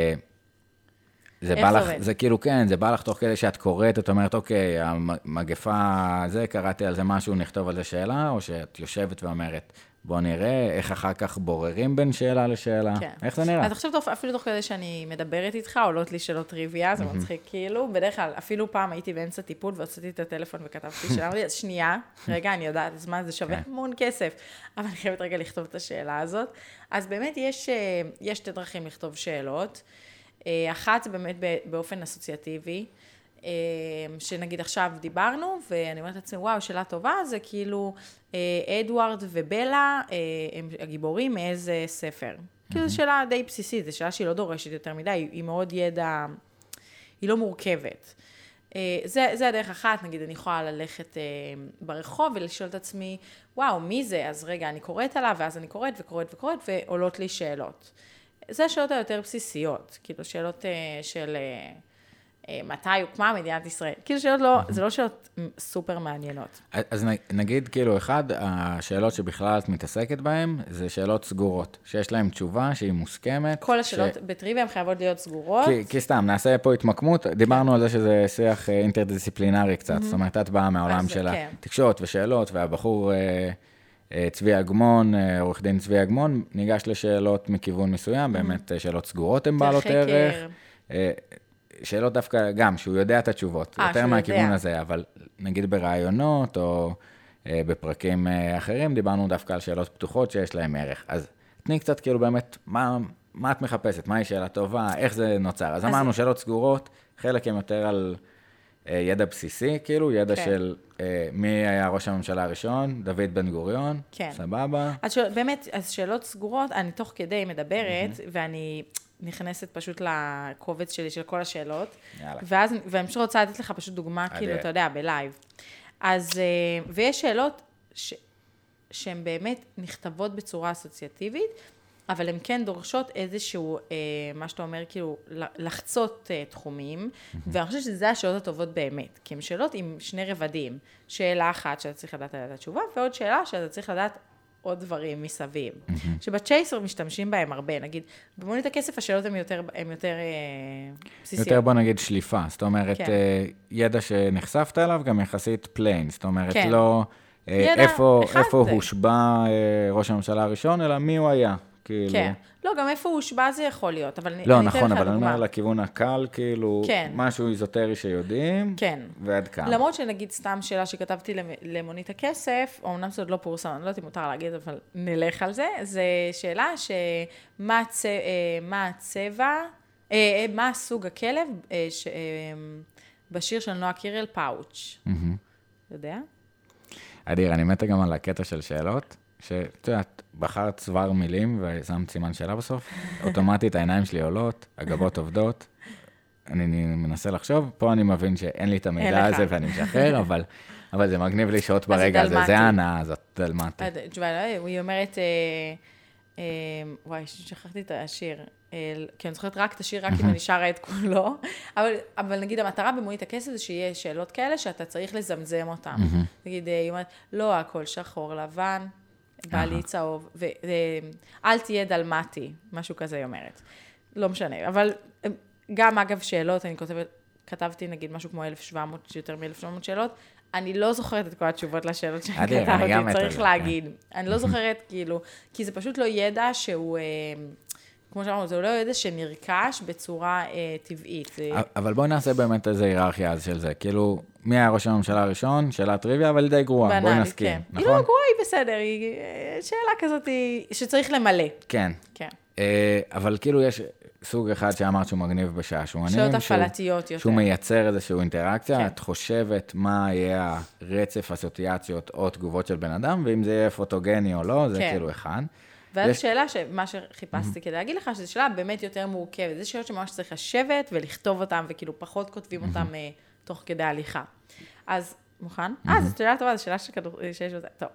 זה כאילו כן, זה בא לך תוך כדי שאת קוראת, את אומרת, אוקיי, המגפה הזה, קראתי על זה משהו, נכתוב על זה שאלה, או שאת יושבת ואומרת, בוא נראה איך אחר כך בוררים בין שאלה לשאלה. כן. איך זה נראה? אז עכשיו אפילו תוך כדי שאני מדברת איתך, עולות לי שאלות טריוויה, זה מצחיק כאילו, בדרך כלל, אפילו פעם הייתי באמצע טיפול, והוצאתי את הטלפון וכתבתי שאלה, אמרתי, אז שנייה, רגע, אני יודעת, אז מה, זה שווה המון כסף, אבל אני חייבת רגע לכתוב את השאלה הזאת. אז באמת יש 2 דרכים לכתוב שאלות. אחת זה באמת באופן אסוציאטיבי, שנגיד עכשיו דיברנו, ואני אומרת לעצמי, וואו, שאלה טובה, זה כאילו אדוארד ובלה, הם הגיבורים מאיזה ספר. כאילו זו שאלה די בסיסית, זו שאלה שהיא לא דורשת יותר מדי, היא מאוד ידע, היא לא מורכבת. זה הדרך אחת, נגיד אני יכולה ללכת ברחוב ולשאול את עצמי, וואו, מי זה? אז רגע, אני קוראת עליו, ואז אני קוראת וקוראת, ועולות לי שאלות. זה השאלות היותר בסיסיות, כאילו שאלות של מתי הוקמה מדינת ישראל. כאילו שאלות לא, זה לא שאלות סופר מעניינות. אז נגיד כאילו אחד השאלות שבכלל את מתעסקת בהן, זה שאלות סגורות, שיש להן תשובה שהיא מוסכמת. כל השאלות בטריוויה הן חייבות להיות סגורות. כי סתם, נעשה פה התמקמות, דיברנו על זה שזה שיח אינטרדיסציפלינרי קצת, זאת אומרת, את באה מהעולם של התקשורת ושאלות, והבחור צבי אגמון, עורך דין צבי אגמון, ניגש לשאלות מכיוון מסוים, באמת שאלות סגורות הן בעלות ערך. שאלות דווקא גם, שהוא יודע את התשובות, יותר מהכיוון הזה, אבל נגיד ברעיונות או בפרקים אחרים, דיברנו דווקא על שאלות פתוחות שיש להם ערך. אז תני קצת כאילו באמת, מה את מחפשת? מהי שאלה טובה? איך זה נוצר? אז אמרנו שאלות סגורות, חלק הם יותר על ידע בסיסי, כאילו, ידע של מי היה ראש הממשלה הראשון, דוד בן גוריון, סבבה. אז באמת, אז שאלות סגורות, אני תוך כדי מדברת, ואני נכנסת פשוט לקובץ שלי של כל השאלות, ואני פשוט רוצה לתת לך פשוט דוגמה, כאילו, אתה יודע, בלייב. אז, ויש שאלות שהן באמת נכתבות בצורה אסוציאטיבית, אבל הן כן דורשות איזשהו, מה שאתה אומר, כאילו, לחצות תחומים, ואני חושבת שזה השאלות הטובות באמת, כי הן שאלות עם שני רבדים, שאלה אחת שאתה צריך לדעת עליה את התשובה, ועוד שאלה שאתה צריך לדעת עוד דברים מסביב. שבצ'ייסר משתמשים בהם הרבה, נגיד, במונית הכסף השאלות הן יותר בסיסיות. יותר בוא נגיד שליפה, זאת אומרת, ידע שנחשפת אליו גם יחסית פליין, זאת אומרת, לא איפה הושבע ראש הממשלה הראשון, אלא מי הוא היה. כאילו. כן. לא, גם איפה הוא הושבע זה יכול להיות, אבל לא, נכון, אבל אני אומר לכיוון הקל, כאילו, משהו איזוטרי שיודעים, ועד כמה. למרות שנגיד סתם שאלה שכתבתי למונית הכסף, או אמנם זה עוד לא פורסם, אני לא יודעת אם מותר להגיד, אבל נלך על זה, זה שאלה מה הצבע, מה סוג הכלב בשיר של נועה קירל, פאוץ'. יודע? אדיר, אני מתה גם על הקטע של שאלות. שאתה יודעת, בחרת צוואר מילים ושמת סימן שאלה בסוף, אוטומטית העיניים שלי עולות, הגבות עובדות, אני מנסה לחשוב, פה אני מבין שאין לי את המידע הזה ואני משחרר, אבל זה מגניב לי שעות ברגע הזה, זה הענה, זאת דלמטי. היא אומרת, וואי, שכחתי את השיר, כי אני זוכרת רק את השיר, רק אם אני שרה את כולו, אבל נגיד המטרה במונית הכסף זה שיהיה שאלות כאלה שאתה צריך לזמזם אותן. נגיד, היא אומרת, לא הכל שחור לבן, בא לי צהוב, ואל תהיה דלמטי, משהו כזה היא אומרת. לא משנה, אבל גם אגב שאלות, אני כתבתי נגיד משהו כמו 1,700, יותר מ-1,700 שאלות, אני לא זוכרת את כל התשובות לשאלות שאני כתבתי, צריך להגיד. אני לא זוכרת כאילו, כי זה פשוט לא ידע שהוא, כמו שאמרנו, זה לא ידע שנרכש בצורה טבעית. אבל בואי נעשה באמת איזו היררכיה אז של זה, כאילו, מי היה ראש הממשלה הראשון? שאלה טריוויה, אבל די גרועה, בואי נסכים, נכון? היא לא גרועה, היא בסדר, היא שאלה כזאת שצריך למלא. כן. אבל כאילו יש סוג אחד שאמרת שהוא מגניב בשעשועונים, שאלות הפעלתיות יותר. שהוא מייצר איזושהי אינטראקציה, את חושבת מה יהיה הרצף אסוציאציות או תגובות של בן אדם, ואם זה יהיה פוטוגני או לא, זה כאילו אחד. ואז שאלה, מה שחיפשתי כדי להגיד לך, שזו שאלה באמת יותר מורכבת. זה שאלות שממש צריך לשבת ולכתוב אותם, וכאילו פחות כותבים אותם תוך כדי הליכה. אז, מוכן? זו שאלה טובה, זו שאלה שיש אותה. טוב,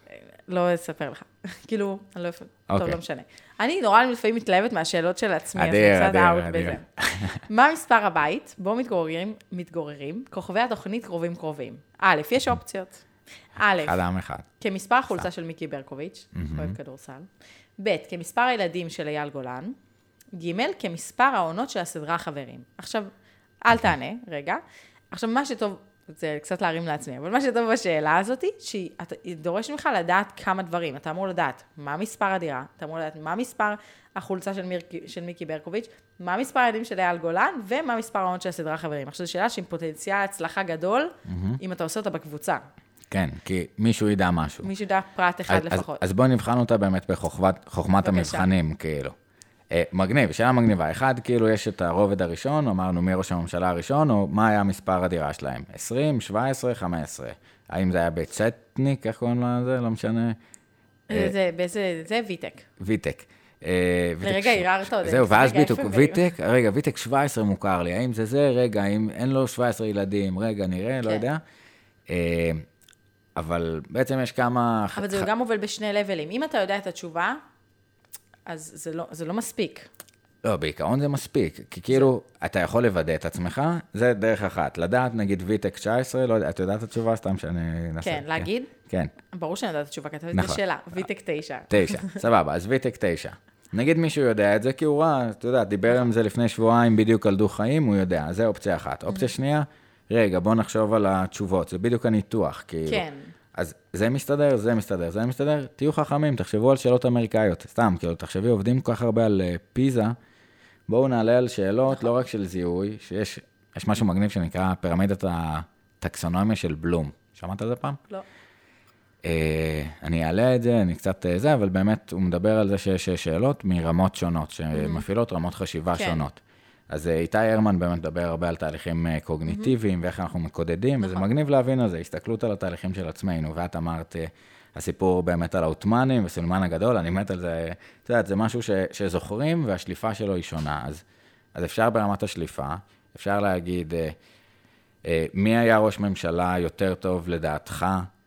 לא אספר לך. כאילו, אני לא אפשר. טוב, לא משנה. אני נורא לפעמים מתלהבת מהשאלות של עצמי, אז קצת אאוט בזה. מה מספר הבית בו מתגוררים, כוכבי התוכנית קרובים? א', יש אופציות. א', כמספר החולצה של מיקי ברקוביץ', אוהב כדורסל. ב', כמספר הילדים של אייל גולן. ג', כמספר העונות של הסדרה חברים. עכשיו, אל תענה, רגע. עכשיו, מה שטוב, זה קצת להרים לעצמי, אבל מה שטוב בשאלה הזאת, שהיא דורשת ממך לדעת כמה דברים. אתה אמור לדעת מה מספר הדירה, אתה אמור לדעת מה מספר החולצה של מיקי ברקוביץ', מה מספר הילדים של אייל גולן, ומה מספר העונות של הסדרה חברים. עכשיו, זו שאלה שעם פוטנציאל הצלחה גדול, אם אתה עושה אותה בקבוצה. כן, כי מישהו ידע משהו. מישהו ידע פרט אחד לפחות. אז בואו נבחן אותה באמת בחוכמת המבחנים, כאילו. מגניב, שאלה מגניבה. אחד, כאילו יש את הרובד הראשון, אמרנו מי ראש הממשלה הראשון, או מה היה מספר הדירה שלהם? 20, 17, 15. האם זה היה בצטניק, איך קוראים לזה? לא משנה. זה ויטק. ויטק. לרגע עיררת עוד. זהו, ואז ויטק, רגע, ויטק 17 מוכר לי. האם זה, רגע, האם אין לו 17 ילדים, רגע, נראה, לא יודע. אבל בעצם יש כמה... אבל זה גם עובל בשני לבלים. אם אתה יודע את התשובה, אז זה לא מספיק. לא, בעיקרון זה מספיק, כי כאילו, אתה יכול לוודא את עצמך, זה דרך אחת. לדעת, נגיד, ויטק 19, לא יודע, את יודעת את התשובה? סתם שאני אנסה. כן, להגיד? כן. ברור שאני יודעת את התשובה, כתבתי את השאלה, ויטק 9. 9, סבבה, אז ויטק 9. נגיד מישהו יודע את זה, כי הוא ראה, אתה יודע, דיבר עם זה לפני שבועיים בדיוק על דו חיים, הוא יודע, זה אופציה אחת. אופציה שנייה, רגע, בוא נחשוב על התשובות, זה בדיוק הניתוח, כאילו. כן. אז זה מסתדר, זה מסתדר, זה מסתדר, תהיו חכמים, תחשבו על שאלות אמריקאיות, סתם, כאילו, תחשבי, עובדים כל כך הרבה על פיזה, בואו נעלה על שאלות, לא רק של זיהוי, שיש משהו מגניב שנקרא פירמידת הטקסונומיה של בלום. שמעת על זה פעם? לא. אני אעלה את זה, אני קצת זה, אבל באמת הוא מדבר על זה שיש שאלות מרמות שונות, שמפעילות רמות חשיבה שונות. אז איתי הרמן באמת מדבר הרבה על תהליכים קוגניטיביים, ואיך אנחנו מקודדים, וזה מגניב להבין על זה, הסתכלות על התהליכים של עצמנו, ואת אמרת, הסיפור באמת על האוטמנים וסולמן הגדול, אני מת על זה, את יודעת, זה משהו שזוכרים, והשליפה שלו היא שונה. אז אפשר ברמת השליפה, אפשר להגיד, מי היה ראש ממשלה יותר טוב לדעתך,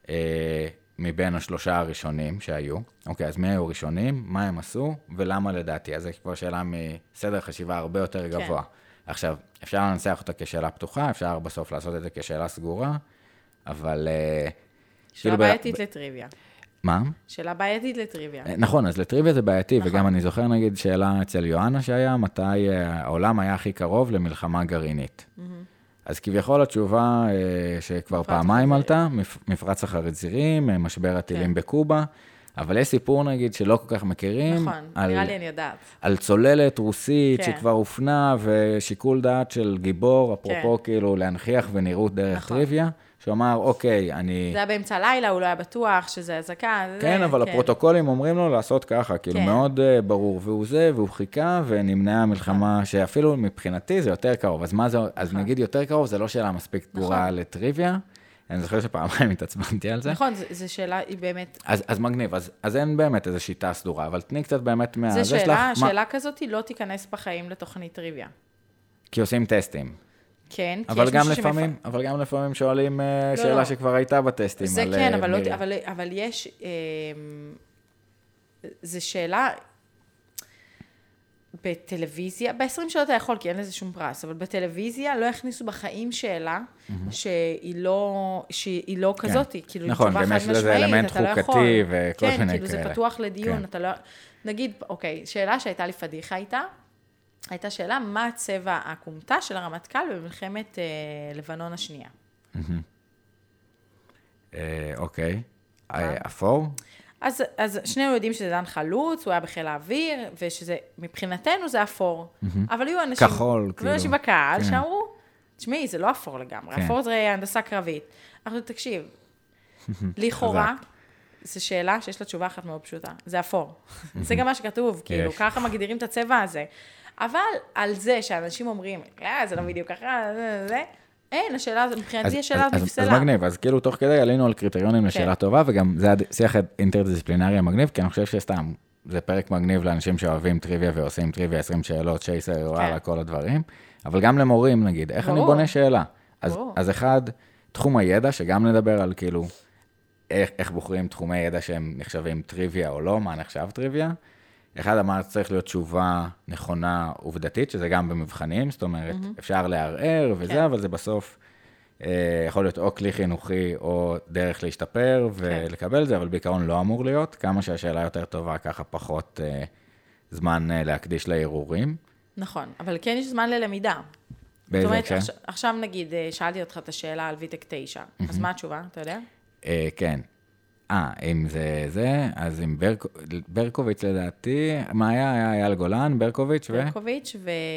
מבין השלושה הראשונים שהיו. אוקיי, אז מי היו ראשונים, מה הם עשו, ולמה לדעתי? אז זו כבר שאלה מסדר חשיבה הרבה יותר גבוה. עכשיו, אפשר לנסח אותה כשאלה פתוחה, אפשר בסוף לעשות את זה כשאלה סגורה, אבל... שאלה בעייתית לטריוויה. מה? שאלה בעייתית לטריוויה. נכון, אז לטריוויה זה בעייתי, וגם אני זוכר נגיד שאלה אצל יואנה שהיה, מתי העולם היה הכי קרוב למלחמה גרעינית. אז כביכול התשובה שכבר פעמיים עלתה, מפרץ החרצירים, משבר הטילים בקובה, אבל יש סיפור נגיד שלא כל כך מכירים. נכון, נראה לי אני יודעת. על צוללת רוסית שכבר הופנה, ושיקול דעת של גיבור, אפרופו כאילו להנכיח ונראות דרך טריוויה, שאומר, אוקיי, אני... זה היה באמצע הלילה, הוא לא היה בטוח שזה הזקה. כן, אבל הפרוטוקולים אומרים לו לעשות ככה, כאילו מאוד ברור, והוא זה, והוא חיכה, ונמנע מלחמה, שאפילו מבחינתי זה יותר קרוב. אז מה זה, אז נגיד יותר קרוב, זה לא שאלה מספיק תגורה לטריוויה, אני זוכר שפעמיים התעצבנתי על זה. נכון, זו שאלה, היא באמת... אז מגניב, אז אין באמת איזו שיטה סדורה, אבל תני קצת באמת מה... זו שאלה כזאת, היא לא תיכנס בחיים לתוכנית טריוויה. כי עושים טסטים. כן, אבל גם לפעמים שואלים שאלה שכבר הייתה בטסטים. זה כן, אבל יש, זו שאלה, בטלוויזיה, ב-20 שאלות אתה יכול, כי אין לזה שום פרס, אבל בטלוויזיה לא הכניסו בחיים שאלה שהיא לא כזאת, כאילו היא תשובה חד משמעית, אתה לא יכול. נכון, גם יש לזה אלמנט חוקתי וכל מיני כאלה. כן, כאילו זה פתוח לדיון, אתה לא... נגיד, אוקיי, שאלה שהייתה לי פדיחה הייתה שאלה, מה צבע הקומטה של הרמטכ"ל במלחמת לבנון השנייה? אוקיי. אפור? אז שנינו יודעים שזה דן חלוץ, הוא היה בחיל האוויר, ושזה, מבחינתנו זה אפור. אבל היו אנשים... כחול, כאילו. אנשים בקהל שאמרו, תשמעי, זה לא אפור לגמרי, אפור זה הנדסה קרבית. עכשיו תקשיב, לכאורה, זו שאלה שיש לה תשובה אחת מאוד פשוטה, זה אפור. זה גם מה שכתוב, כאילו, ככה מגדירים את הצבע הזה. אבל על זה שאנשים אומרים, זה לא בדיוק ככה, זה, אין, השאלה הזאת, מבחינתי השאלה הזאת נפסלה. אז מגניב, אז כאילו תוך כדי עלינו על קריטריונים לשאלה טובה, וגם זה שיח אינטרדיסציפלינרי המגניב, כי אני חושב שסתם, זה פרק מגניב לאנשים שאוהבים טריוויה ועושים טריוויה 20 שאלות, שייסר, וואלה, כל הדברים, אבל גם למורים נגיד, איך אני בונה שאלה? אז אחד, תחום הידע, שגם נדבר על כאילו, איך בוחרים תחומי ידע שהם נחשבים טריוויה או לא, מה נחשב טריוויה. אחד אמר, צריך להיות תשובה נכונה עובדתית, שזה גם במבחנים, זאת אומרת, אפשר לערער וזה, אבל זה בסוף יכול להיות או כלי חינוכי או דרך להשתפר ולקבל זה, אבל בעיקרון לא אמור להיות. כמה שהשאלה יותר טובה, ככה פחות זמן להקדיש לערעורים. נכון, אבל כן יש זמן ללמידה. באיזה זאת הקשר? אומרת, עכשיו נגיד, שאלתי אותך את השאלה על ויטק 9, אז מה התשובה, אתה יודע? כן. אם זה, אז עם ברקוביץ' לדעתי, מה היה אייל גולן, ברקוביץ' ברקוביץ'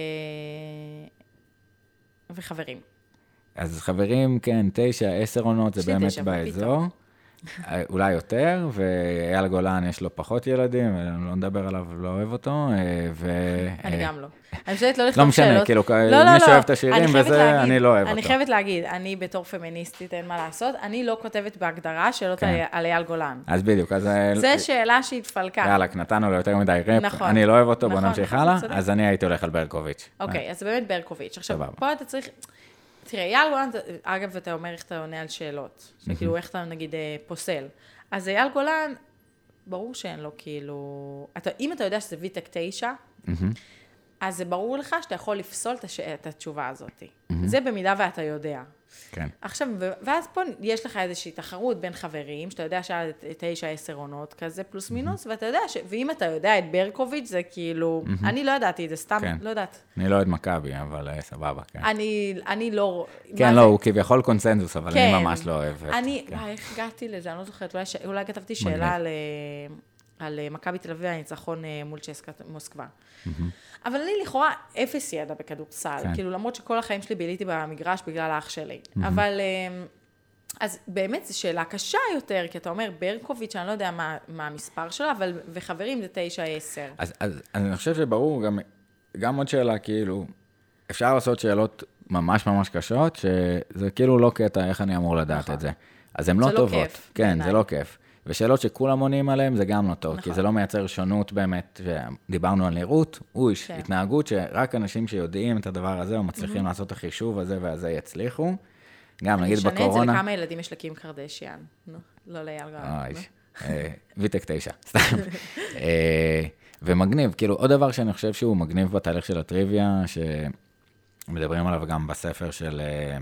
וחברים. אז חברים, כן, 9, 10 עונות, זה באמת באזור. אולי יותר, ואייל גולן יש לו פחות ילדים, אני לא מדבר עליו, לא אוהב אותו, אני גם לא. אני חושבת לא לכתוב שאלות. לא משנה, כאילו, מי שאוהב את השירים וזה, אני לא אוהב אותו. אני חייבת להגיד, אני בתור פמיניסטית, אין מה לעשות, אני לא כותבת בהגדרה שאלות על אייל גולן. אז בדיוק, אז... זה שאלה שהתפלקה. יאללה, נתנו לו יותר מדי רפ, אני לא אוהב אותו, בוא נמשיך הלאה, אז אני הייתי הולך על ברקוביץ'. אוקיי, אז באמת ברקוביץ'. עכשיו, פה אתה צריך... תראה, אייל גולן, אגב, אתה אומר איך אתה עונה על שאלות, שכאילו איך אתה נגיד פוסל. אז אייל גולן, ברור שאין לו כאילו, אם אתה יודע שזה ויטק 9, אז זה ברור לך שאתה יכול לפסול את התשובה הזאת. זה במידה ואתה יודע. כן. עכשיו, ואז פה יש לך איזושהי תחרות בין חברים, שאתה יודע שהיה 9-10 עונות כזה פלוס מינוס, ואתה יודע ואם אתה יודע את ברקוביץ' זה כאילו, אני לא ידעתי את זה, סתם לא יודעת. אני לא אוהד מכבי, אבל סבבה, כן. אני לא... כן, לא, הוא כביכול קונסנזוס, אבל אני ממש לא אוהב. איך הגעתי לזה? אני לא זוכרת, אולי כתבתי שאלה על מכבי תל אביב, הניצחון מול צ'סקה מוסקבה. אבל אני לכאורה אפס ידע בכדורסל, כאילו למרות שכל החיים שלי ביליתי במגרש בגלל האח שלי. אבל, אז באמת זו שאלה קשה יותר, כי אתה אומר ברקוביץ', אני לא יודע מה המספר שלו, אבל וחברים זה 9-10. אז אני חושב שברור, גם עוד שאלה, כאילו, אפשר לעשות שאלות ממש ממש קשות, שזה כאילו לא קטע איך אני אמור לדעת את זה. אז הן לא טובות. כן, זה לא כיף. ושאלות שכולם עונים עליהן זה גם לא טוב, כי זה לא מייצר שונות באמת, דיברנו על נראות, התנהגות שרק אנשים שיודעים את הדבר הזה, או מצליחים לעשות את החישוב הזה והזה יצליחו. גם נגיד בקורונה... אני אשנה את זה לכמה ילדים יש לקים קרדשיאן, לא ליאל גרם. ויטק 9, סתם. ומגניב, כאילו עוד דבר שאני חושב שהוא מגניב בתהליך של הטריוויה, שמדברים עליו גם בספר של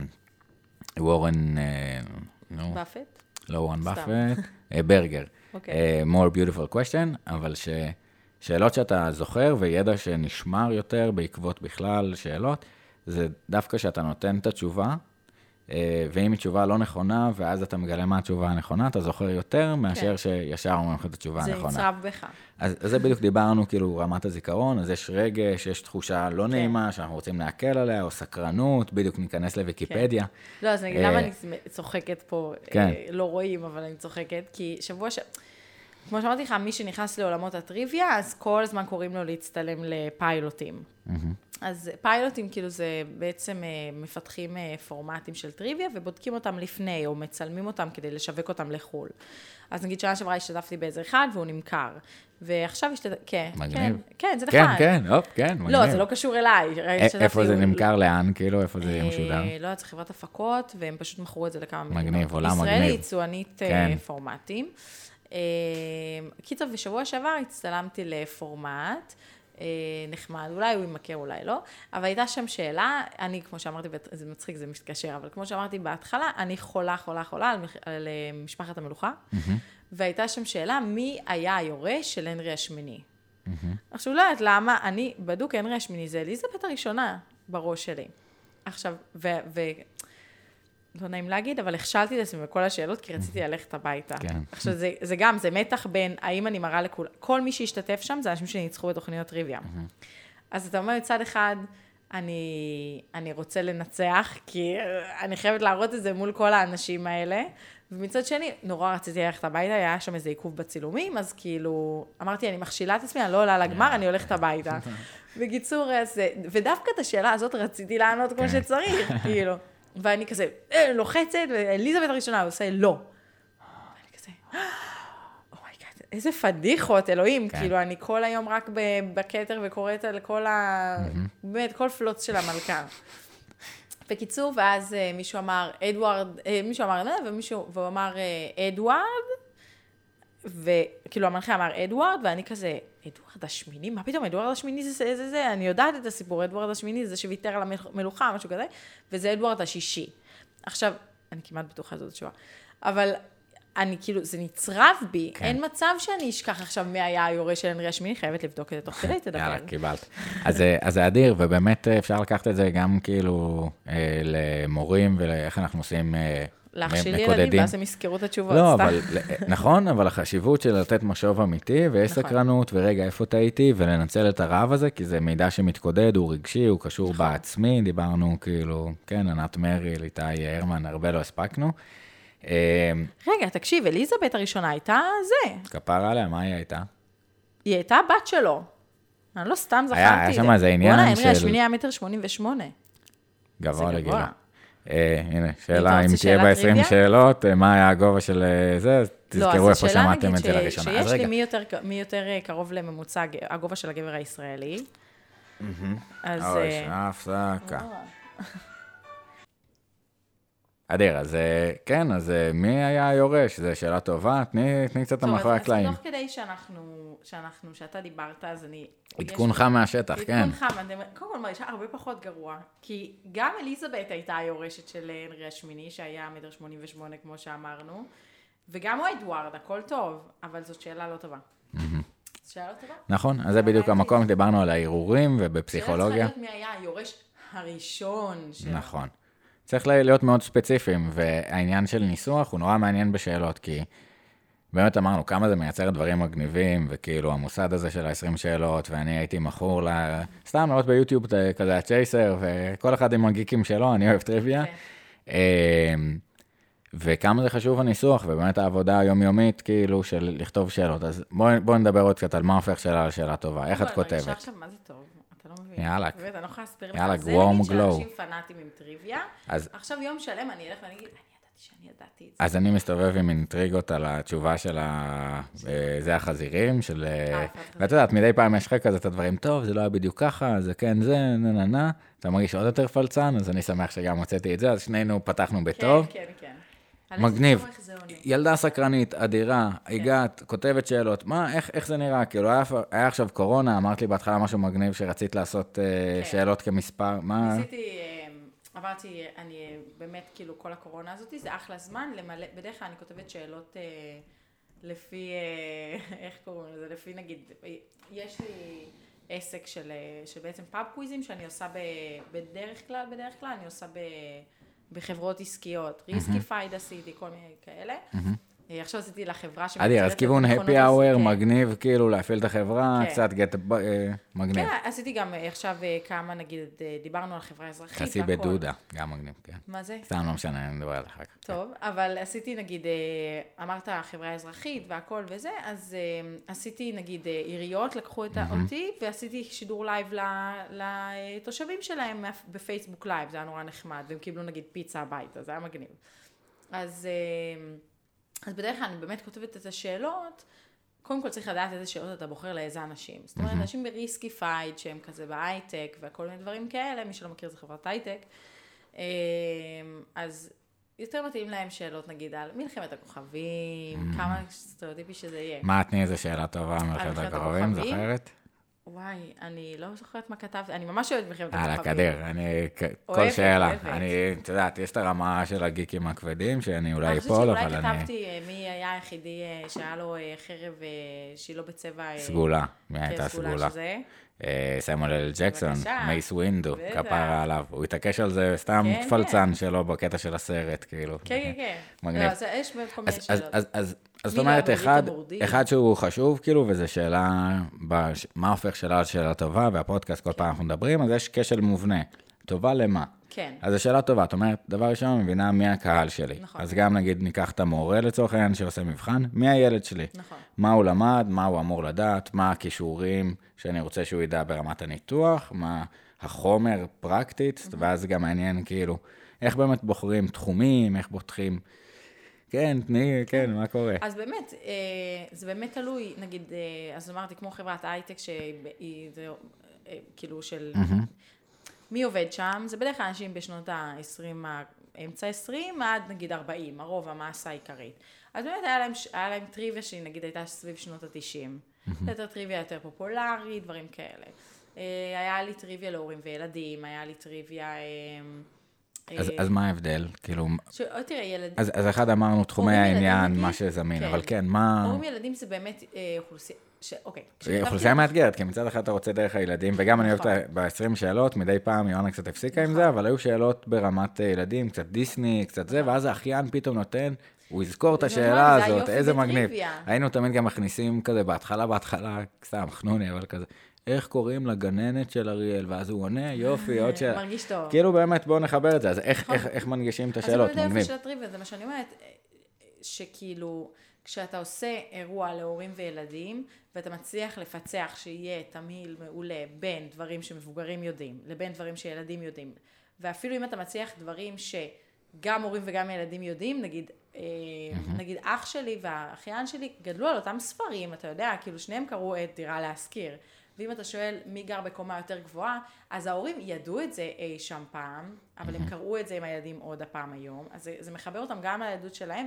וורן... באפט? לא וורן באפט, ברגר. More beautiful question, אבל שאלות שאתה זוכר וידע שנשמר יותר בעקבות בכלל שאלות, זה דווקא שאתה נותן את התשובה, ואם היא תשובה לא נכונה, ואז אתה מגלה מה התשובה הנכונה, אתה זוכר יותר מאשר שישר אומרים לך את התשובה הנכונה. זה נצרב בך. אז זה בדיוק דיברנו, כאילו, רמת הזיכרון, אז יש רגש, יש תחושה לא נעימה, שאנחנו רוצים להקל עליה, או סקרנות, בדיוק ניכנס לוויקיפדיה. לא, אז נגיד, למה אני צוחקת פה, לא רואים, אבל אני צוחקת, כי כמו שאמרתי לך, מי שנכנס לעולמות הטריוויה, אז כל הזמן קוראים לו להצטלם לפיילוטים. אז פיילוטים כאילו זה בעצם מפתחים פורמטים של טריוויה, ובודקים אותם לפני, או מצלמים אותם כדי לשווק אותם לחול. אז נגיד שנה שעברה השתתפתי באיזה אחד, והוא נמכר. ועכשיו כן. מגניב. כן, זה נחמד. כן, כן, מגניב. לא, זה לא קשור אליי. איפה זה נמכר, לאן, כאילו, איפה זה יהיה משודר? לא, זה חברת הפקות, והם פשוט מכרו את זה לכמה מדינות. מגניב, עולם מגניב. ישראל יצואנית פורמטים. קיצור, בשבוע שעבר הצטלמתי לפורמט, נחמד, אולי הוא ימכר, אולי לא, אבל הייתה שם שאלה, אני, כמו שאמרתי, זה מצחיק, זה מתקשר, אבל כמו שאמרתי בהתחלה, אני חולה על משפחת המלוכה, והייתה שם שאלה, מי היה היורש של הנרי השמיני? עכשיו, לא יודעת למה, אני בדוק הנרי השמיני, זה אליזבת הראשונה בראש שלי. עכשיו, לא נעים להגיד, אבל הכשלתי לעצמי בכל השאלות, כי רציתי ללכת הביתה. עכשיו, זה גם, זה מתח בין, האם אני מראה לכולם, כל מי שהשתתף שם, זה אנשים שניצחו בתוכניות טריוויה. אז אתה אומר, מצד אחד, אני רוצה לנצח, כי אני חייבת להראות את זה מול כל האנשים האלה, ומצד שני, נורא רציתי ללכת הביתה, היה שם איזה עיכוב בצילומים, אז כאילו, אמרתי, אני מכשילה את עצמי, אני לא עולה לגמר, אני הולכת הביתה. בקיצור, ודווקא את השאלה הזאת רציתי לענות כמו שצריך, כאילו. ואני כזה, לוחצת, ואליזבת הראשונה, הוא עושה לא. ואני כזה, אומייגאד, איזה פדיחות, אלוהים, כאילו, אני כל היום רק בכתר וקוראת על כל באמת, כל פלוץ של המלכה. בקיצור, ואז מישהו אמר, והוא אמר, אדוארד, וכאילו המלכה אמר אדוארד, ואני כזה, אדוארד השמיני? מה פתאום, אדוארד השמיני זה, אני יודעת את הסיפור, אדוארד השמיני זה שוויתר על המלוכה, משהו כזה, וזה אדוארד השישי. עכשיו, אני כמעט בטוחה זאת התשובה, אבל אני כאילו, זה נצרב בי, אין מצב שאני אשכח עכשיו מי היה היורש של הנרי השמיני, חייבת לבדוק את זה תוך כדי, תדבר. יאללה, קיבלת. אז זה אדיר, ובאמת אפשר לקחת את זה גם כאילו למורים, ולאיך אנחנו עושים להכשיל ילדים, ואז הם יזכרו את התשובות. לא, אבל, נכון, אבל החשיבות של לתת משוב אמיתי, ויש סקרנות, ורגע, איפה טעיתי, ולנצל את הרעב הזה, כי זה מידע שמתקודד, הוא רגשי, הוא קשור בעצמי, דיברנו כאילו, כן, ענת מריל, איתי הרמן, הרבה לא הספקנו. רגע, תקשיב, אליזבת הראשונה הייתה זה. כפרה עליה, מה היא הייתה? היא הייתה בת שלו. אני לא סתם זכרתי. היה שם איזה עניין של... הנרי השמיני היה 1.88 מטר. גבוה לגילה. הנה, שאלה, אם תהיה ב-20 שאלות, מה היה הגובה של זה, תזכרו איפה שמעתם את זה לראשונה. שיש לי מי יותר קרוב לממוצע, הגובה של הגבר הישראלי. אז... הפסקה. אדיר, אז כן, אז מי היה היורש? זו שאלה טובה, תני קצת מאחורי הקלעים. טוב, אז תוך כדי שאתה דיברת, אז אני... עדכונך מהשטח, כן. עדכונך, קודם כל מרגישה הרבה פחות גרוע, כי גם אליזבת הייתה היורשת של הנרי השמיני, שהיה 1.88 כמו שאמרנו, וגם הוא אדוארד, הכל טוב, אבל זאת שאלה לא טובה. שאלה לא טובה? נכון, אז זה בדיוק המקום, דיברנו על הערעורים ובפסיכולוגיה. שאלה צריכה להיות מי היה היורש הראשון שלו. נכון. צריך להיות מאוד ספציפיים, והעניין של ניסוח הוא נורא מעניין בשאלות, כי באמת אמרנו כמה זה מייצר דברים מגניבים, וכאילו המוסד הזה של ה-20 שאלות, ואני הייתי מכור סתם לראות ביוטיוב כזה הצ'ייסר, וכל אחד עם הגיקים שלו, אני אוהב טריוויה. וכמה זה חשוב הניסוח, ובאמת העבודה היומיומית, כאילו, של לכתוב שאלות. אז בואו נדבר עוד קצת על מה הופך שאלה לשאלה טובה, איך את כותבת. עכשיו, מה זה טוב? אתה לא מבין. יאללה. באמת, אני לא יכולה להסביר לך. יאללה, זה warm נגיד glow. שאנשים פנאטים עם טריוויה. אז- עכשיו יום שלם אני אלך ואני אגיד, אני ידעתי את זה. אז אני מסתובב עם אינטריגות על התשובה של זה החזירים, של... ואת יודעת, מדי פעם יש לך כזה את הדברים, טוב, זה לא היה בדיוק ככה, זה כן זה, נה. אתה מרגיש עוד יותר פלצן, אז אני שמח שגם הוצאתי את זה, אז שנינו פתחנו בטוב. כן, כן. מגניב. ילדה סקרנית, אדירה, הגעת, כותבת שאלות, מה, איך זה נראה? כאילו, היה עכשיו קורונה, אמרת לי בהתחלה משהו מגניב שרצית לעשות שאלות כמספר, מה... ניסיתי, אמרתי, אני באמת, כאילו, כל הקורונה הזאת, זה אחלה זמן למלא, בדרך כלל אני כותבת שאלות לפי, איך קוראים לזה, לפי נגיד, יש לי עסק של בעצם פאב קוויזים שאני עושה בדרך כלל, אני עושה בחברות עסקיות, ריסקי פייד עשיתי, כל מיני כאלה. עכשיו עשיתי לחברה אדיר, אז כיוון הפי האוור, מגניב, כאילו להפעיל את החברה, קצת גט מגניב. כן, עשיתי גם עכשיו כמה, נגיד, דיברנו על חברה אזרחית. חסי בדודה, גם מגניב, כן. מה זה? סתם לא משנה, אני מדבר על אחר כך. טוב, אבל עשיתי, נגיד, אמרת חברה אזרחית והכל וזה, אז עשיתי, נגיד, עיריות, לקחו אותי, ועשיתי שידור לייב לתושבים שלהם בפייסבוק לייב, זה היה נורא נחמד, והם קיבלו, נגיד, פיצה הביתה, זה היה מגניב. אז בדרך כלל אני באמת כותבת את השאלות, קודם כל צריך לדעת איזה שאלות אתה בוחר לאיזה אנשים. זאת אומרת, אנשים בריסקי פייד, שהם כזה בהייטק, וכל מיני דברים כאלה, מי שלא מכיר זה חברת הייטק, אז יותר מתאים להם שאלות, נגיד, על מלחמת הכוכבים, כמה סטריאוטיפי שזה יהיה. מה תני איזה שאלה טובה מלחמת הכוכבים, זוכרת? וואי, אני לא זוכרת מה כתבתי, אני ממש אוהבת מלחמת הכוכבים. הלאה, קדר, כל שאלה. את יודעת, יש את הרמה של הגיקים הכבדים, שאני אולי אפול, אבל אני... אני חושבת שאולי כתבתי מי היה היחידי שהיה לו חרב שהיא לא בצבע... סגולה, מי הייתה סגולה? סמואל אל ג'קסון, מייס ווינדו, כפרה עליו. הוא התעקש על זה סתם פלצן שלו בקטע של הסרט, כאילו. כן. מגניב. יש באמת כל מיני שאלות. אז זאת אומרת, אחד שהוא חשוב, כאילו, וזו שאלה, מה הופך שאלה על שאלה טובה, והפודקאסט כל פעם אנחנו מדברים, אז יש כשל מובנה. טובה למה? כן. אז זו שאלה טובה, זאת אומרת, דבר ראשון, מבינה מי הקהל שלי. נכון. אז גם נגיד ניקח את המורה לצורך העניין שעושה מבחן, מי הילד שלי? נכון. מה הוא למד, מה הוא אמור לדעת, מה הכישורים שאני רוצה שהוא ידע ברמת הניתוח, מה החומר פרקטית, ואז גם מעניין כאילו, איך באמת בוחרים תחומים, איך בוחרים... כן, כן, מה קורה? אז באמת, זה באמת תלוי, נגיד, אז אמרתי, כמו חברת הייטק שהיא, כאילו של, מי עובד שם? זה בדרך כלל אנשים בשנות ה-20, אמצע 20 עד נגיד 40, הרוב, המסה העיקרית. אז באמת היה להם טריוויה שהיא נגיד הייתה סביב שנות ה-90. יותר טריוויה יותר פופולרית, דברים כאלה. היה לי טריוויה להורים וילדים, היה לי טריוויה... אז מה ההבדל? כאילו... תראה, ילדים... אז אחד אמרנו תחומי העניין, מה שזמין, אבל כן, מה... הורים ילדים זה באמת אוכלוסייה... אוקיי. אוכלוסייה מאתגרת, כי מצד אחד אתה רוצה דרך הילדים, וגם אני אוהב ב-20 שאלות, מדי פעם יואנה קצת הפסיקה עם זה, אבל היו שאלות ברמת ילדים, קצת דיסני, קצת זה, ואז האחיין פתאום נותן, הוא יזכור את השאלה הזאת, איזה מגניב. היינו תמיד גם מכניסים כזה בהתחלה, סתם, חנוני, אבל כזה. איך קוראים לגננת של אריאל, ואז הוא עונה, יופי, עוד שאלה. מרגיש טוב. כאילו באמת, בואו נחבר את זה, אז איך מנגישים את השאלות? אז זה באמת של הטריוויה, זה מה שאני אומרת, שכאילו, כשאתה עושה אירוע להורים וילדים, ואתה מצליח לפצח שיהיה תמהיל מעולה בין דברים שמבוגרים יודעים, לבין דברים שילדים יודעים, ואפילו אם אתה מצליח דברים שגם הורים וגם ילדים יודעים, נגיד אח שלי והאחיין שלי גדלו על אותם ספרים, אתה יודע, כאילו שניהם קראו את דירה להשכיר, ואם אתה שואל מי גר בקומה יותר גבוהה, אז ההורים ידעו את זה אי שם פעם, אבל הם קראו את זה עם הילדים עוד הפעם היום, אז זה מחבר אותם גם לילדות שלהם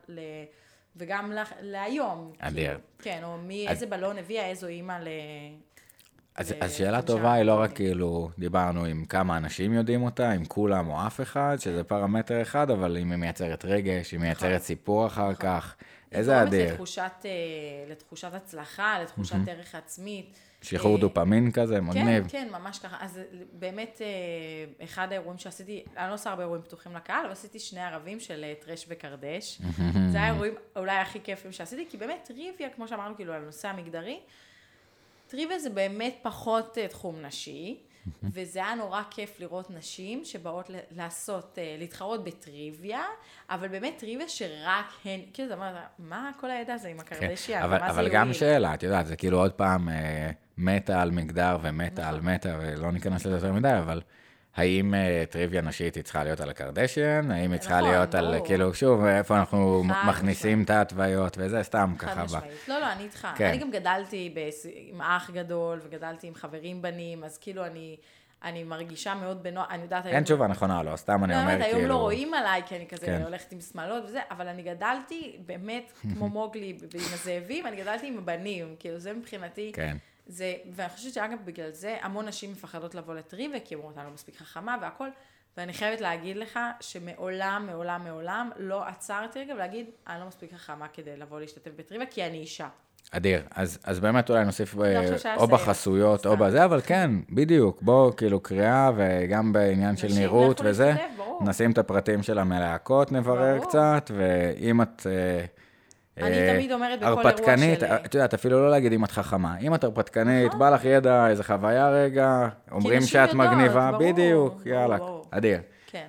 וגם להיום. אדיר. כן, או איזה בלון הביאה איזו אימא אז שאלה טובה היא לא רק כאילו, דיברנו עם כמה אנשים יודעים אותה, עם כולם או אף אחד, שזה פרמטר אחד, אבל אם היא מייצרת רגש, היא מייצרת סיפור אחר כך, איזה אדיר. לתחושת הצלחה, לתחושת ערך עצמית. שחרור דופמין כזה, מגניב. כן, ממש ככה. אז באמת, אחד האירועים שעשיתי, אני לא עושה הרבה אירועים פתוחים לקהל, אבל עשיתי 2 ערבים של טרש וקרדש. זה האירועים אולי הכי כיפים שעשיתי, כי באמת טריוויה, כמו שאמרנו, כאילו, על הנושא המגדרי, טריוויה זה באמת פחות תחום נשי, וזה היה נורא כיף לראות נשים שבאות להתחרות בטריוויה, אבל באמת טריוויה שרק הן, כאילו זה אמרת, מה כל הידע הזה עם הקרדשיה? אבל גם שאלה, את יודעת, זה כאילו עוד פעם מטה על מגדר ומטה על מטה, ולא ניכנס לזה יותר מדי, אבל האם טריוויה נשית היא צריכה להיות על הקרדשן? האם היא צריכה להיות על, כאילו, שוב, איפה אנחנו מכניסים את ההתוויות וזה, סתם ככה. לא, אני איתך. אני גם גדלתי עם אח גדול, וגדלתי עם חברים בנים, אז כאילו אני מרגישה מאוד בנוח, אני יודעת היום... אין תשובה נכונה, לא, סתם אני אומר כאילו... היום לא רואים עליי, כי אני כזה הולכת עם שמאלות וזה, אבל אני גדלתי באמת כמו מוגלי ועם הזאבים, אני גדלתי עם הבנים, כאילו זה מבחינתי... כן. ואני חושבת שאגב בגלל זה המון נשים מפחדות לבוא לטריוויה, כי אמרו אותה לא מספיק חכמה והכל, ואני חייבת להגיד לך שמעולם, מעולם, מעולם לא עצרתי רגע ולהגיד, אני לא מספיק חכמה כדי לבוא להשתתף בטריוויה, כי אני אישה. אדיר, אז באמת אולי נוסיף או בחסויות או בזה, אבל כן, בדיוק, בוא כאילו קריאה וגם בעניין של נראות וזה, נשים את הפרטים של המלהקות, נברר קצת, ואם את... אני תמיד אומרת בכל אירוע שלי. את יודעת, אפילו לא להגיד אם את חכמה. אם את הרפתקנית, בא לך ידע, איזה חוויה רגע, אומרים שאת מגניבה, בדיוק, יאללה, אדיר. כן.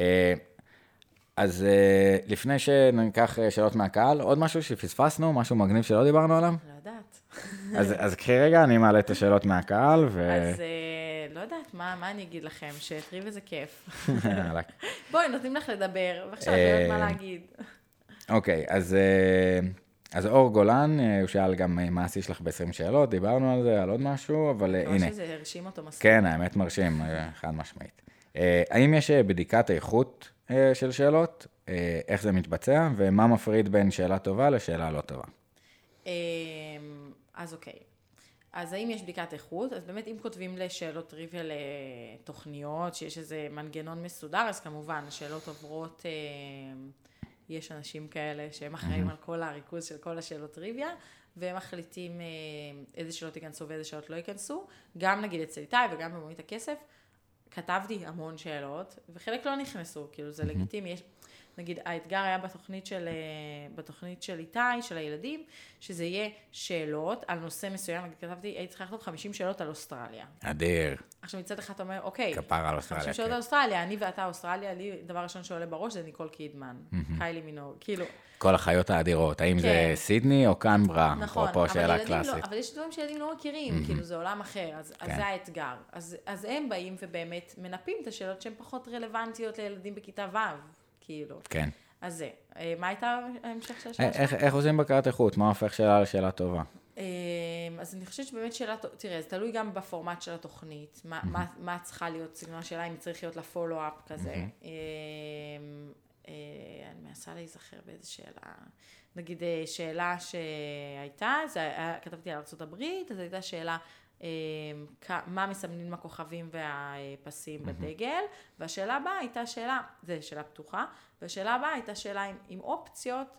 אז לפני שניקח שאלות מהקהל, עוד משהו שפספסנו, משהו מגניב שלא דיברנו עליו? לא יודעת. אז קחי רגע, אני מעלה את השאלות מהקהל, אז לא יודעת, מה אני אגיד לכם? שטריוויה זה כיף. בואי, נותנים לך לדבר, ועכשיו אני לא יודעת מה להגיד. אוקיי, אז אור גולן, הוא שאל גם מה עשי שלך ב-20 שאלות, דיברנו על זה, על עוד משהו, אבל הנה. ממש שזה הרשים אותו מספיק. כן, האמת מרשים, חד משמעית. האם יש בדיקת איכות של שאלות? איך זה מתבצע? ומה מפריד בין שאלה טובה לשאלה לא טובה? אז אוקיי. אז האם יש בדיקת איכות? אז באמת אם כותבים לשאלות טריוויה לתוכניות, שיש איזה מנגנון מסודר, אז כמובן השאלות עוברות... יש אנשים כאלה שהם אחראים על כל הריכוז של כל השאלות טריוויה, והם מחליטים איזה שאלות ייכנסו ואיזה שאלות לא ייכנסו. גם נגיד אצל איתי וגם במונית הכסף, כתבתי המון שאלות, וחלק לא נכנסו, כאילו זה לגיטימי. נגיד, האתגר היה בתוכנית של איתי, של הילדים, שזה יהיה שאלות על נושא מסוים, נגיד כתבתי, הייתי צריכה לכתוב 50 שאלות על אוסטרליה. אדיר. עכשיו מצד אחד אתה אומר, אוקיי, כפר על אוסטרליה. 50 שאלות על אוסטרליה, אני ואתה אוסטרליה, לי דבר ראשון שעולה בראש זה ניקול קידמן, קיילי מינור, כאילו. כל החיות האדירות, האם זה סידני או קנברה? נכון, אפרופו שאלה קלאסית. אבל יש דברים שילדים לא מכירים, כאילו זה עולם אחר, אז זה האתגר. אז הם באים ובאמת מנפים את השאלות שהן פחות רלוונטיות לילדים בכיתה ו', כאילו. כן. אז זה. מה הייתה ההמשך של השאלה? איך עושים בקרת איכות? מה הופך שאלה לשאלה טובה? אז אני חושבת שבאמת שאלה, תראה, זה תלוי גם בפורמט של התוכנית, מה צריכה להיות סגנון השאלה, אם צריך להיות לה פולו-אפ כזה. אני מנסה להיזכר באיזו שאלה, נגיד שאלה שהייתה, כתבתי על ארצות הברית, אז הייתה שאלה, מה מסמנים הכוכבים והפסים בדגל, והשאלה הבאה הייתה שאלה, זו שאלה פתוחה, והשאלה הבאה הייתה שאלה עם אופציות,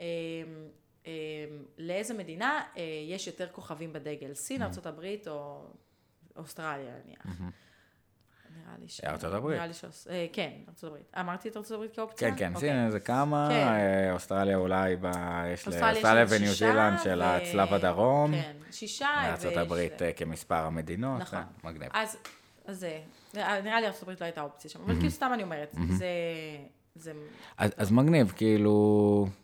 לאיזה מדינה יש יותר כוכבים בדגל, סין, ארצות הברית או אוסטרליה, נניח. נראה לי ארצות הברית. כן, ארצות הברית. אמרתי את ארצות הברית כאופציה? כן, כן, סין זה כמה, אוסטרליה אולי, יש לאוסטרליה וניו זילנד של הצלב הדרום. כן, 6. ארצות הברית כמספר המדינות. נכון. מגניב. אז זה, נראה לי ארצות הברית לא הייתה אופציה שם, אבל כאילו סתם אני אומרת, זה... אז מגניב, כאילו,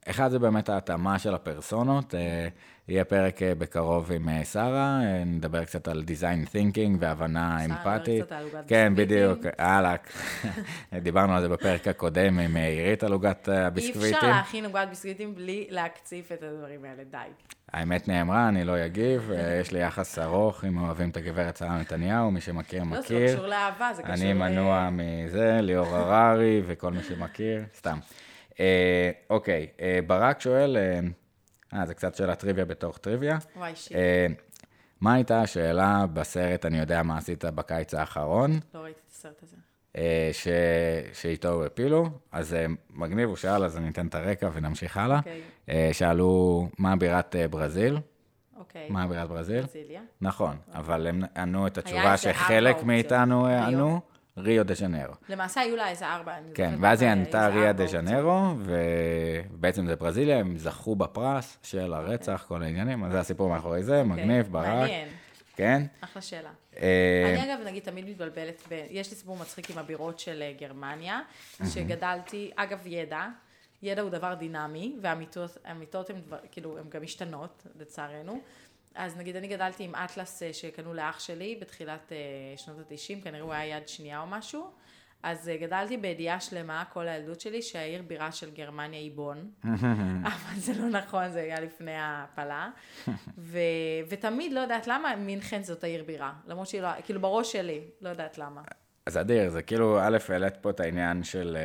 אחד זה באמת ההתאמה של הפרסונות, יהיה פרק בקרוב עם שרה, נדבר קצת על design thinking והבנה אמפתית. קצת על עוגת כן, ביסקוויטים. בדיוק, הלק. דיברנו על זה בפרק הקודם עם עירית על עוגת הביסקוויטים. אי אפשר להכין עוגת ביסקוויטים בלי להקציף את הדברים האלה, די. האמת נאמרה, אני לא אגיב, יש לי יחס ארוך, אם אוהבים את הגברת שרה נתניהו, מי שמכיר מכיר. לא, זה לא קשור לאהבה, זה קשור אני מנוע מזה, ליאור הררי וכל מי שמכיר, סתם. אוקיי, ברק שואל, זה קצת שאלה טריוויה בתור טריוויה. וואי, שיט. מה הייתה השאלה בסרט, אני יודע מה עשית בקיץ האחרון, לא ראיתי את הסרט הזה. שאיתו הוא הפילו, אז מגניב, הוא שאל, אז אני אתן את הרקע ונמשיך הלאה. אוקיי. שאלו, מה בירת ברזיל? אוקיי. מה בירת ברזיל? ברזיליה. נכון, אבל הם ענו את היה התשובה איזה שחלק 4 מאיתנו אופציות. ענו, ריו דה ז'נרו. למעשה היו לה איזה 4. כן, ואז היא ענתה ריו דה ז'נרו, ובעצם זה ברזיליה, הם זכו בפרס של הרצח, כל העניינים, אז זה הסיפור מאחורי זה, מגניב, ברק. מעניין, כן? אחלה שאלה. אני אגב, נגיד, תמיד מתבלבלת, יש לי סיפור מצחיק עם הבירות של גרמניה, שגדלתי, אגב ידע הוא דבר דינמי, והאמיתות הן כאילו, הן גם משתנות, לצערנו. אז נגיד, אני גדלתי עם אטלס שקנו לאח שלי בתחילת שנות ה-90, כנראה הוא היה יד שנייה או משהו, אז גדלתי בידיעה שלמה, כל הילדות שלי, שהעיר בירה של גרמניה היא בון, אבל זה לא נכון, זה היה לפני ההפלה, ותמיד לא יודעת למה מינכן זאת העיר בירה, למרות שהיא לא, כאילו בראש שלי, לא יודעת למה. אז אדיר, זה כאילו, א', העלית פה את העניין של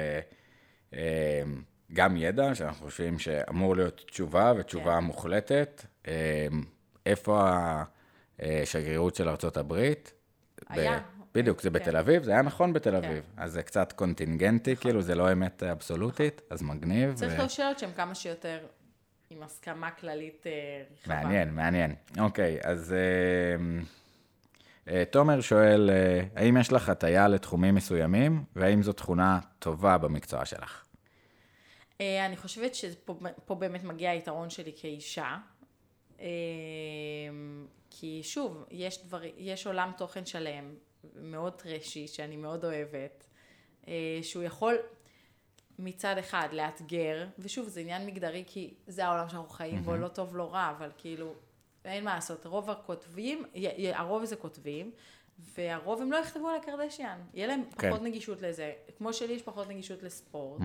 גם ידע, שאנחנו חושבים שאמור להיות תשובה, ותשובה מוחלטת. איפה השגרירות של ארצות הברית? היה. בדיוק, זה בתל אביב, זה היה נכון בתל אביב. אז זה קצת קונטינגנטי, כאילו זה לא אמת אבסולוטית, אז מגניב. צריך לו שאלות שהן כמה שיותר עם הסכמה כללית רחבה. מעניין. אוקיי, אז תומר שואל, האם יש לך הטיה לתחומים מסוימים, והאם זו תכונה טובה במקצוע שלך? אני חושבת שפה באמת מגיע היתרון שלי כאישה, כי שוב, יש עולם תוכן שלם, מאוד טרשי, שאני מאוד אוהבת, שהוא יכול מצד אחד לאתגר, ושוב, זה עניין מגדרי, כי זה העולם שאנחנו חיים בו, לא טוב, לא רע, אבל כאילו, אין מה לעשות, הרוב זה כותבים, והרוב הם לא יכתבו על הקרדשיאן, יהיה להם פחות נגישות לזה, כמו שלי יש פחות נגישות לספורט.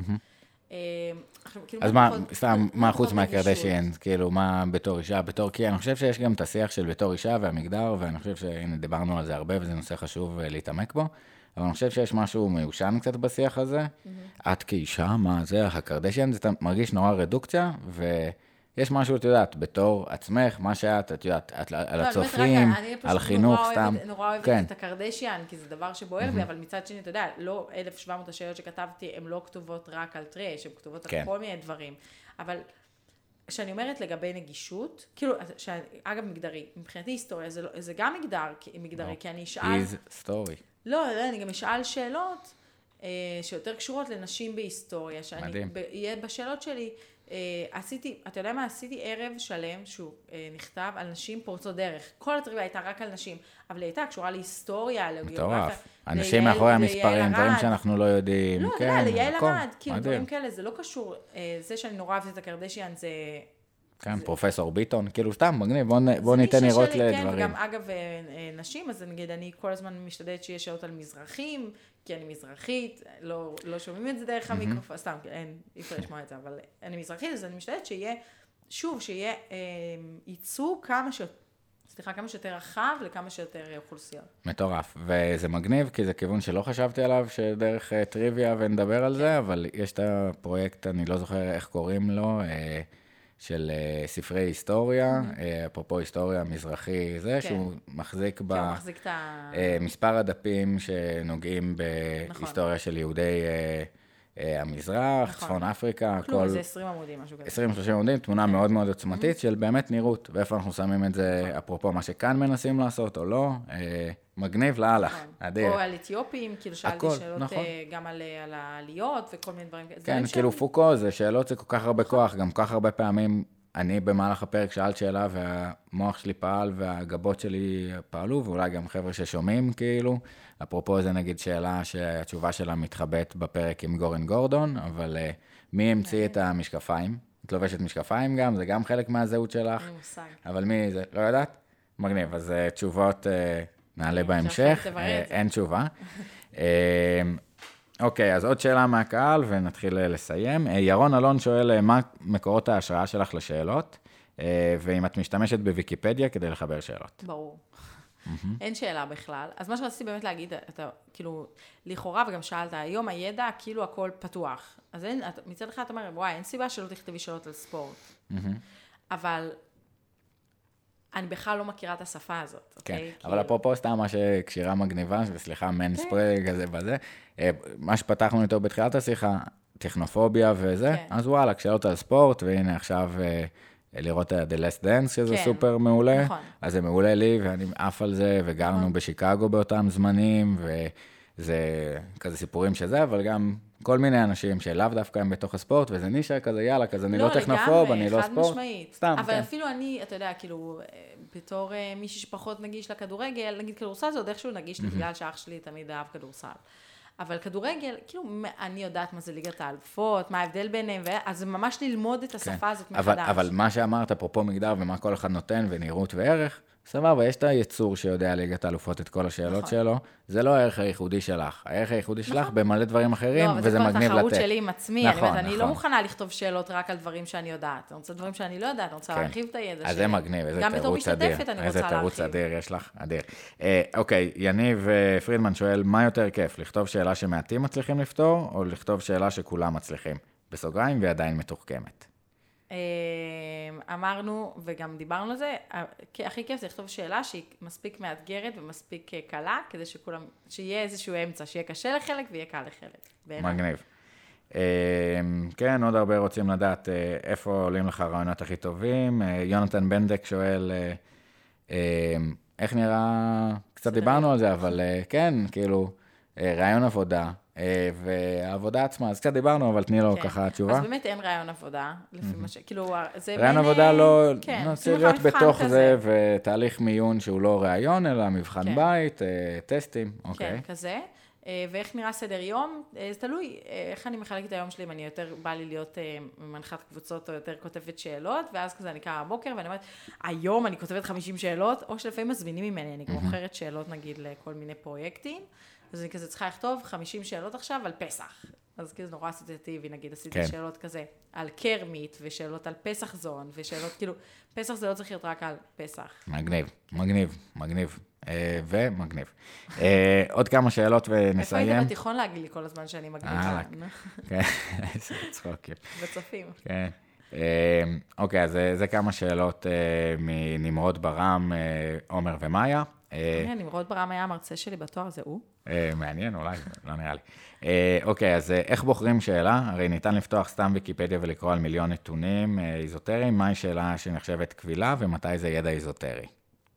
אז מה חוץ מהקרדשיאן, כאילו מה בתור אישה, כי אני חושב שיש גם את השיח של בתור אישה והמגדר, ואני חושב שהנה דיברנו על זה הרבה, וזה נושא חשוב להתעמק בו, אבל אני חושב שיש משהו מיושן קצת בשיח הזה, את כאישה, מה זה, הקרדשיאן, זה מרגיש נורא רדוקציה, ויש משהו, את יודעת, בתור עצמך, מה שאת, את יודעת, על הצופים, על חינוך, סתם. אני נורא אוהבת את הקרדשיאן, כי זה דבר שבוער בי, אבל מצד שני, אתה יודע, לא 1,700 השאלות שכתבתי, הן לא כתובות רק על טרש, הן כתובות על כל מיני דברים. אבל כשאני אומרת לגבי נגישות, כאילו, אגב מגדרי, מבחינתי היסטוריה, זה גם מגדרי, כי אני אשאל... is story. לא, אני גם אשאל שאלות שיותר קשורות לנשים בהיסטוריה, שאני אהיה בשאלות שלי, אתה יודע מה, עשיתי ערב שלם שהוא נכתב על נשים פורצות דרך. כל הטריוויה הייתה רק על נשים, אבל היא הייתה קשורה להיסטוריה, לגיאוגרפיה. מטורף. אנשים מאחורי המספרים, דברים שאנחנו לא יודעים. לא, ליעל ארד, כאילו דברים כאלה, זה לא קשור. זה שאני נורא אוהבת את הקרדשיאן, זה... כן, פרופסור ביטון, כאילו סתם, מגניב, בוא ניתן לראות לדברים. כן, וגם אגב נשים, אז נגיד, אני כל הזמן משתדלת שיש שעות על מזרחים, כי אני מזרחית, לא שומעים את זה דרך המיקרופון, סתם, אי אפשר לשמוע את זה, אבל אני מזרחית, אז אני משתדלת שיהיה, שוב, שיהיה ייצוג כמה שיותר רחב לכמה שיותר אוכלוסיות. מטורף, וזה מגניב, כי זה כיוון שלא חשבתי עליו, שדרך טריוויה ונדבר על זה, אבל יש את הפרויקט, אני לא זוכר איך קוראים לו, של ספרי היסטוריה, אפרופו היסטוריה מזרחי זה, שהוא מחזיק במספר הדפים שנוגעים בהיסטוריה של יהודי המזרח, צפון אפריקה, כלום, זה 20 עמודים, משהו כזה. 20-30 עמודים, תמונה מאוד מאוד עוצמתית של באמת נראות, ואיפה אנחנו שמים את זה, אפרופו מה שכאן מנסים לעשות או לא, מגניב להלך, אדיר. או על אתיופים, כאילו שאלתי שאלות גם על העליות וכל מיני דברים. כן, כאילו פוקו, זה שאלות זה כל כך הרבה כוח, גם כל כך הרבה פעמים, אני במהלך הפרק שאלת שאלה והמוח שלי פעל והגבות שלי פעלו, ואולי גם חבר'ה ששומעים כאילו, אפרופו זה נגיד שאלה שהתשובה שלה מתחבאת בפרק עם גורן גורדון, אבל מי המציא את המשקפיים? את לובשת משקפיים גם, זה גם חלק מהזהות שלך. אין מושג. אבל מי זה? לא יודעת? מגניב, אז תשובות נעלה בהמשך, אין תשובה. אוקיי, אז עוד שאלה מהקהל, ונתחיל לסיים. ירון אלון שואל, מה מקורות ההשראה שלך לשאלות, ואם את משתמשת בוויקיפדיה כדי לחבר שאלות. ברור. אין שאלה בכלל. אז מה שרציתי באמת להגיד, אתה כאילו, לכאורה, וגם שאלת, היום הידע, כאילו הכל פתוח. אז אין, מצד אחד אתה אומר, וואי, אין סיבה שלא תכתבי שאלות על ספורט. אבל אני בכלל לא מכירה את השפה הזאת. כן, אוקיי? אבל אפרופו סתם מה שקשירה מגניבה, וסליחה, מנספרג הזה בזה, מה שפתחנו איתו בתחילת השיחה, טכנופוביה וזה, אז וואלה, שאלות על ספורט, והנה עכשיו לראות The Last Dance, שזה סופר מעולה, אז זה מעולה לי, ואני עף על זה, וגרנו בשיקגו באותם זמנים, וזה כזה סיפורים שזה, אבל גם כל מיני אנשים שלאו דווקא הם בתוך הספורט, וזה נישה כזה, יאללה, כזה אני לא טכנופוב, אני לא ספורט. סתם, אבל אפילו אני, אתה יודע, כאילו, בתור מישהי שפחות נגיש לכדורגל, נגיד כדורסל זה עוד איכשהו נגיש לי, בגלל שאח שלי תמיד אהב כדורסל. אבל כדורגל, כאילו, אני יודעת מה זה ליגת האלופות, מה ההבדל ביניהם, אז זה ממש ללמוד את השפה הזאת מחדש. אבל מה שאמרת, אפרופו מגדר, ומה כל אחד נותן, ונראות וערך, סבבה, יש את היצור שיודע ליגת האלופות את כל השאלות שלו, זה לא הערך הייחודי שלך. הערך הייחודי שלך במלא דברים אחרים, וזה מגניב לתת. לא, אבל זה כל התחרות שלי עם עצמי, אני לא מוכנה לכתוב שאלות רק על דברים שאני יודעת. אני רוצה דברים שאני לא יודעת, אני רוצה להרחיב את הידע שלי. אז זה מגניב, איזה תירוץ אדיר. איזה תירוץ אדיר יש לך, אדיר. אוקיי, יניב פרידמן שואל, מה יותר כיף, לכתוב שאלה שמעטים מצליחים לפתור, או לכתוב שאלה שכולם מצליחים? בסוגריים ועדיין מתוחכמת. אמרנו, וגם דיברנו על זה, הכי כיף זה לכתוב שאלה שהיא מספיק מאתגרת ומספיק קלה, כדי שיהיה איזשהו אמצע, שיהיה קשה לחלק ויהיה קל לחלק. מגניב. כן, עוד הרבה רוצים לדעת איפה עולים לך הרעיונות הכי טובים. יונתן בנדק שואל, איך נראה, קצת דיברנו על זה, אבל כן, כאילו, רעיון עבודה. והעבודה עצמה, אז קצת דיברנו, אבל תני לו ככה תשובה. אז באמת אין רעיון עבודה, לפי מה ש... כאילו, זה... רעיון עבודה לא... צריך להיות בתוך זה, ותהליך מיון שהוא לא רעיון, אלא מבחן בית, טסטים, אוקיי. כן, כזה. ואיך נראה סדר יום? זה תלוי איך אני מחלקת היום שלי, אם אני יותר בא לי להיות מנחת קבוצות, או יותר כותבת שאלות, ואז כזה אני קרה בבוקר, ואני אומרת, היום אני כותבת 50 שאלות, או שלפעמים מזמינים ממני, אני מוכרת שאלות, נגיד, לכל מיני פרויקטים, אז אני כזה צריכה לכתוב 50 שאלות עכשיו על פסח. אז כאילו נורא אסוציאטיבי, נגיד, עשיתי שאלות כזה על קרמית, ושאלות על פסח זון, ושאלות, כאילו, פסח זה לא צריך להיות רק על פסח. מגניב, מגניב, מגניב, ומגניב. עוד כמה שאלות ונסיים. איפה היית בתיכון להגיד לי כל הזמן שאני מגניבה? כן, איזה צחוקים. בצופים. כן. אוקיי, אז זה כמה שאלות מנמרוד ברם, עומר ומאיה. נמרוד ברם היה המרצה שלי בתואר, זה הוא? מעניין, אולי, לא נראה לי. אוקיי, אז איך בוחרים שאלה? הרי ניתן לפתוח סתם ויקיפדיה ולקרוא על מיליון נתונים איזוטריים. מהי שאלה שנחשבת קבילה ומתי זה ידע איזוטרי?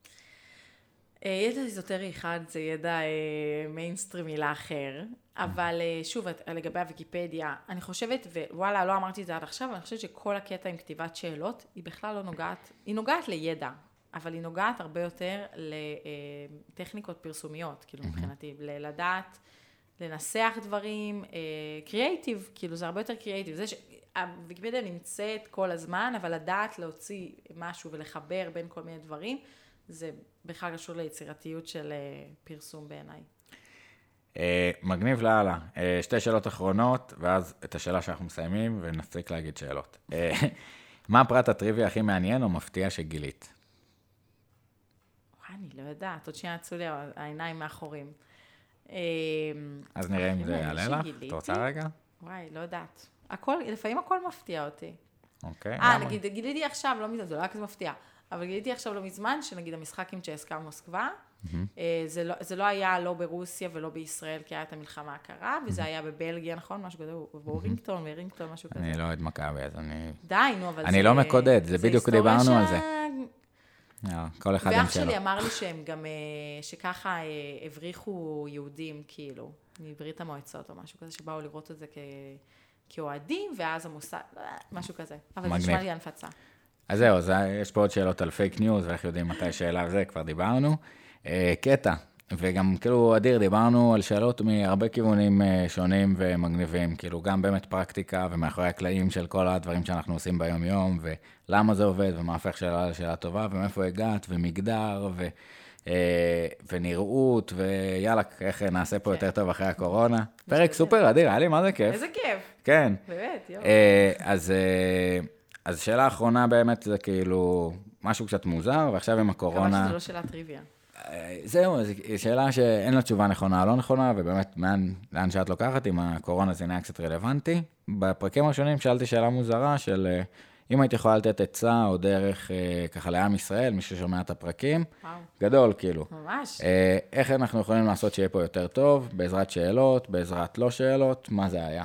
ידע איזוטרי אחד זה ידע מיינסטרים מילה אחר, אבל שוב, לגבי הוויקיפדיה, אני חושבת, ווואלה, לא אמרתי את זה עד עכשיו, אני חושבת שכל הקטע עם כתיבת שאלות, היא בכלל לא נוגעת, היא נוגעת לידע. אבל היא נוגעת הרבה יותר לטכניקות פרסומיות, כאילו מבחינתי, לדעת, לנסח דברים, קריאייטיב, כאילו זה הרבה יותר קריאייטיב. זה שהוויקיפדיה נמצאת כל הזמן, אבל לדעת להוציא משהו ולחבר בין כל מיני דברים, זה בכלל קשור ליצירתיות של פרסום בעיניי. מגניב להלאה. שתי שאלות אחרונות, ואז את השאלה שאנחנו מסיימים, ונפסיק להגיד שאלות. מה הפרט הטריוויה הכי מעניין או מפתיע שגילית? אני לא יודעת, עוד שנייה יצאו לי העיניים מאחורים. אז נראה אם זה יעלה לך, אתה רוצה רגע? וואי, לא יודעת. לפעמים הכל מפתיע אותי. אוקיי. נגיד, גיליתי עכשיו, לא מזמן, זה לא היה כזה מפתיע, אבל גיליתי עכשיו לא מזמן, שנגיד המשחק עם צ'סקה מוסקבה, זה לא היה לא ברוסיה ולא בישראל, כי היה את המלחמה הקרה, וזה היה בבלגיה, נכון? משהו כזה, בוורינגטון, משהו כזה. אני לא יודע מכבי, אז אני... די, נו, אבל זה... אני לא מקודד, זה בדיוק דיברנו על זה. כל אחד עם שלו. ואח שלי אמר לי שהם גם, שככה הבריחו יהודים, כאילו, מברית המועצות או משהו כזה, שבאו לראות את זה כאוהדים, ואז המוסד, משהו כזה. אבל זה נשמע לי הנפצה. אז זהו, יש פה עוד שאלות על פייק ניוז, ואיך יודעים מתי שאלה וזה, כבר דיברנו. קטע, וגם כאילו, אדיר, דיברנו על שאלות מהרבה כיוונים שונים ומגניבים, כאילו גם באמת פרקטיקה ומאחורי הקלעים של כל הדברים שאנחנו עושים ביום יום, ולמה זה עובד ומה הפך שאלה לשאלה טובה, ומאיפה הגעת, ומגדר, ונראות, ויאללה, איך נעשה פה יותר טוב אחרי הקורונה. פרק סופר אדיר, היה לי מה זה כיף. איזה כיף. כן. באמת, יום. אז שאלה האחרונה באמת זה כאילו משהו קצת מוזר, ועכשיו עם הקורונה... כמה שזה לא שאלה טריוויה. זהו, זו שאלה שאין לה תשובה נכונה או לא נכונה, ובאמת, לאן שאת לוקחת, עם הקורונה זה נהיה קצת רלוונטי. בפרקים הראשונים שאלתי שאלה מוזרה של אם היית יכולה לתת עצה או דרך ככה לעם ישראל, מי ששומע את הפרקים, גדול כאילו. ממש. איך אנחנו יכולים לעשות שיהיה פה יותר טוב, בעזרת שאלות, בעזרת לא שאלות, מה זה היה?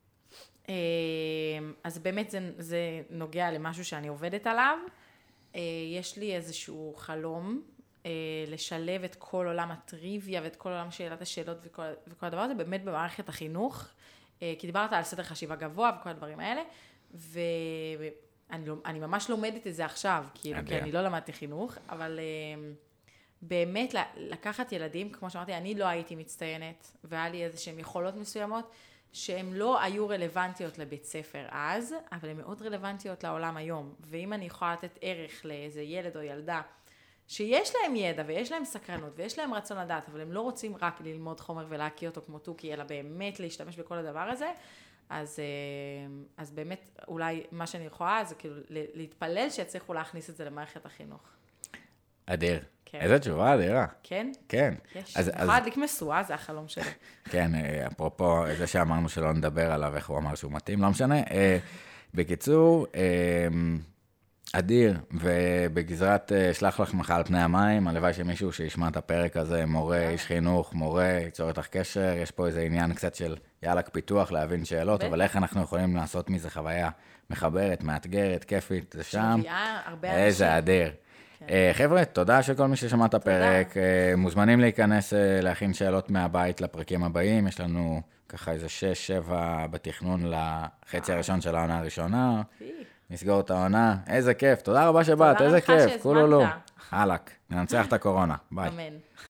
אז באמת זה נוגע למשהו שאני עובדת עליו. יש לי איזשהו חלום לשלב את כל עולם הטריוויה ואת כל עולם שאלת השאלות וכל הדבר הזה, באמת במערכת החינוך, כי דיברת על סדר חשיבה גבוה וכל הדברים האלה, ואני ממש לומדת את זה עכשיו, כאילו, כי אני לא למדתי חינוך, אבל באמת לקחת ילדים, כמו שאמרתי, אני לא הייתי מצטיינת, והיה לי איזשהם יכולות מסוימות, שהן לא היו רלוונטיות לבית ספר אז, אבל הן מאוד רלוונטיות לעולם היום, ואם אני יכולה לתת ערך לאיזה ילד או ילדה, שיש להם ידע ויש להם סקרנות ויש להם רצון לדעת, אבל הם לא רוצים רק ללמוד חומר ולהקיא אותו כמו תוכי, אלא באמת להשתמש בכל הדבר הזה, אז באמת אולי מה שאני יכולה זה כאילו להתפלל שיצליחו להכניס את זה למערכת החינוך. אדיר. כן. איזה תשובה אדירה. כן? כן. יש. אני יכולה להדליק משואה, זה החלום שלי. כן, אפרופו זה שאמרנו שלא נדבר עליו, איך הוא אמר שהוא מתאים, לא משנה. בקיצור, אדיר, ובגזרת שלח לך מחל פני המים, הלוואי שמישהו שישמע את הפרק הזה, מורה, איש חינוך, מורה, ייצור איתך קשר, יש פה איזה עניין קצת של יאללה פיתוח, להבין שאלות, אבל איך אנחנו יכולים לעשות מזה חוויה מחברת, מאתגרת, כיפית, זה שם. שמביאה הרבה אנשים. איזה אדיר. חבר'ה, תודה שכל מי ששמע את הפרק, מוזמנים להיכנס להכין שאלות מהבית לפרקים הבאים, יש לנו ככה איזה 6-7 בתכנון לחצי הראשון של העונה הראשונה. נסגור את העונה, איזה כיף, תודה רבה שבאת, איזה כיף, כולו לא. חלק, ננצח את הקורונה, ביי. אמן.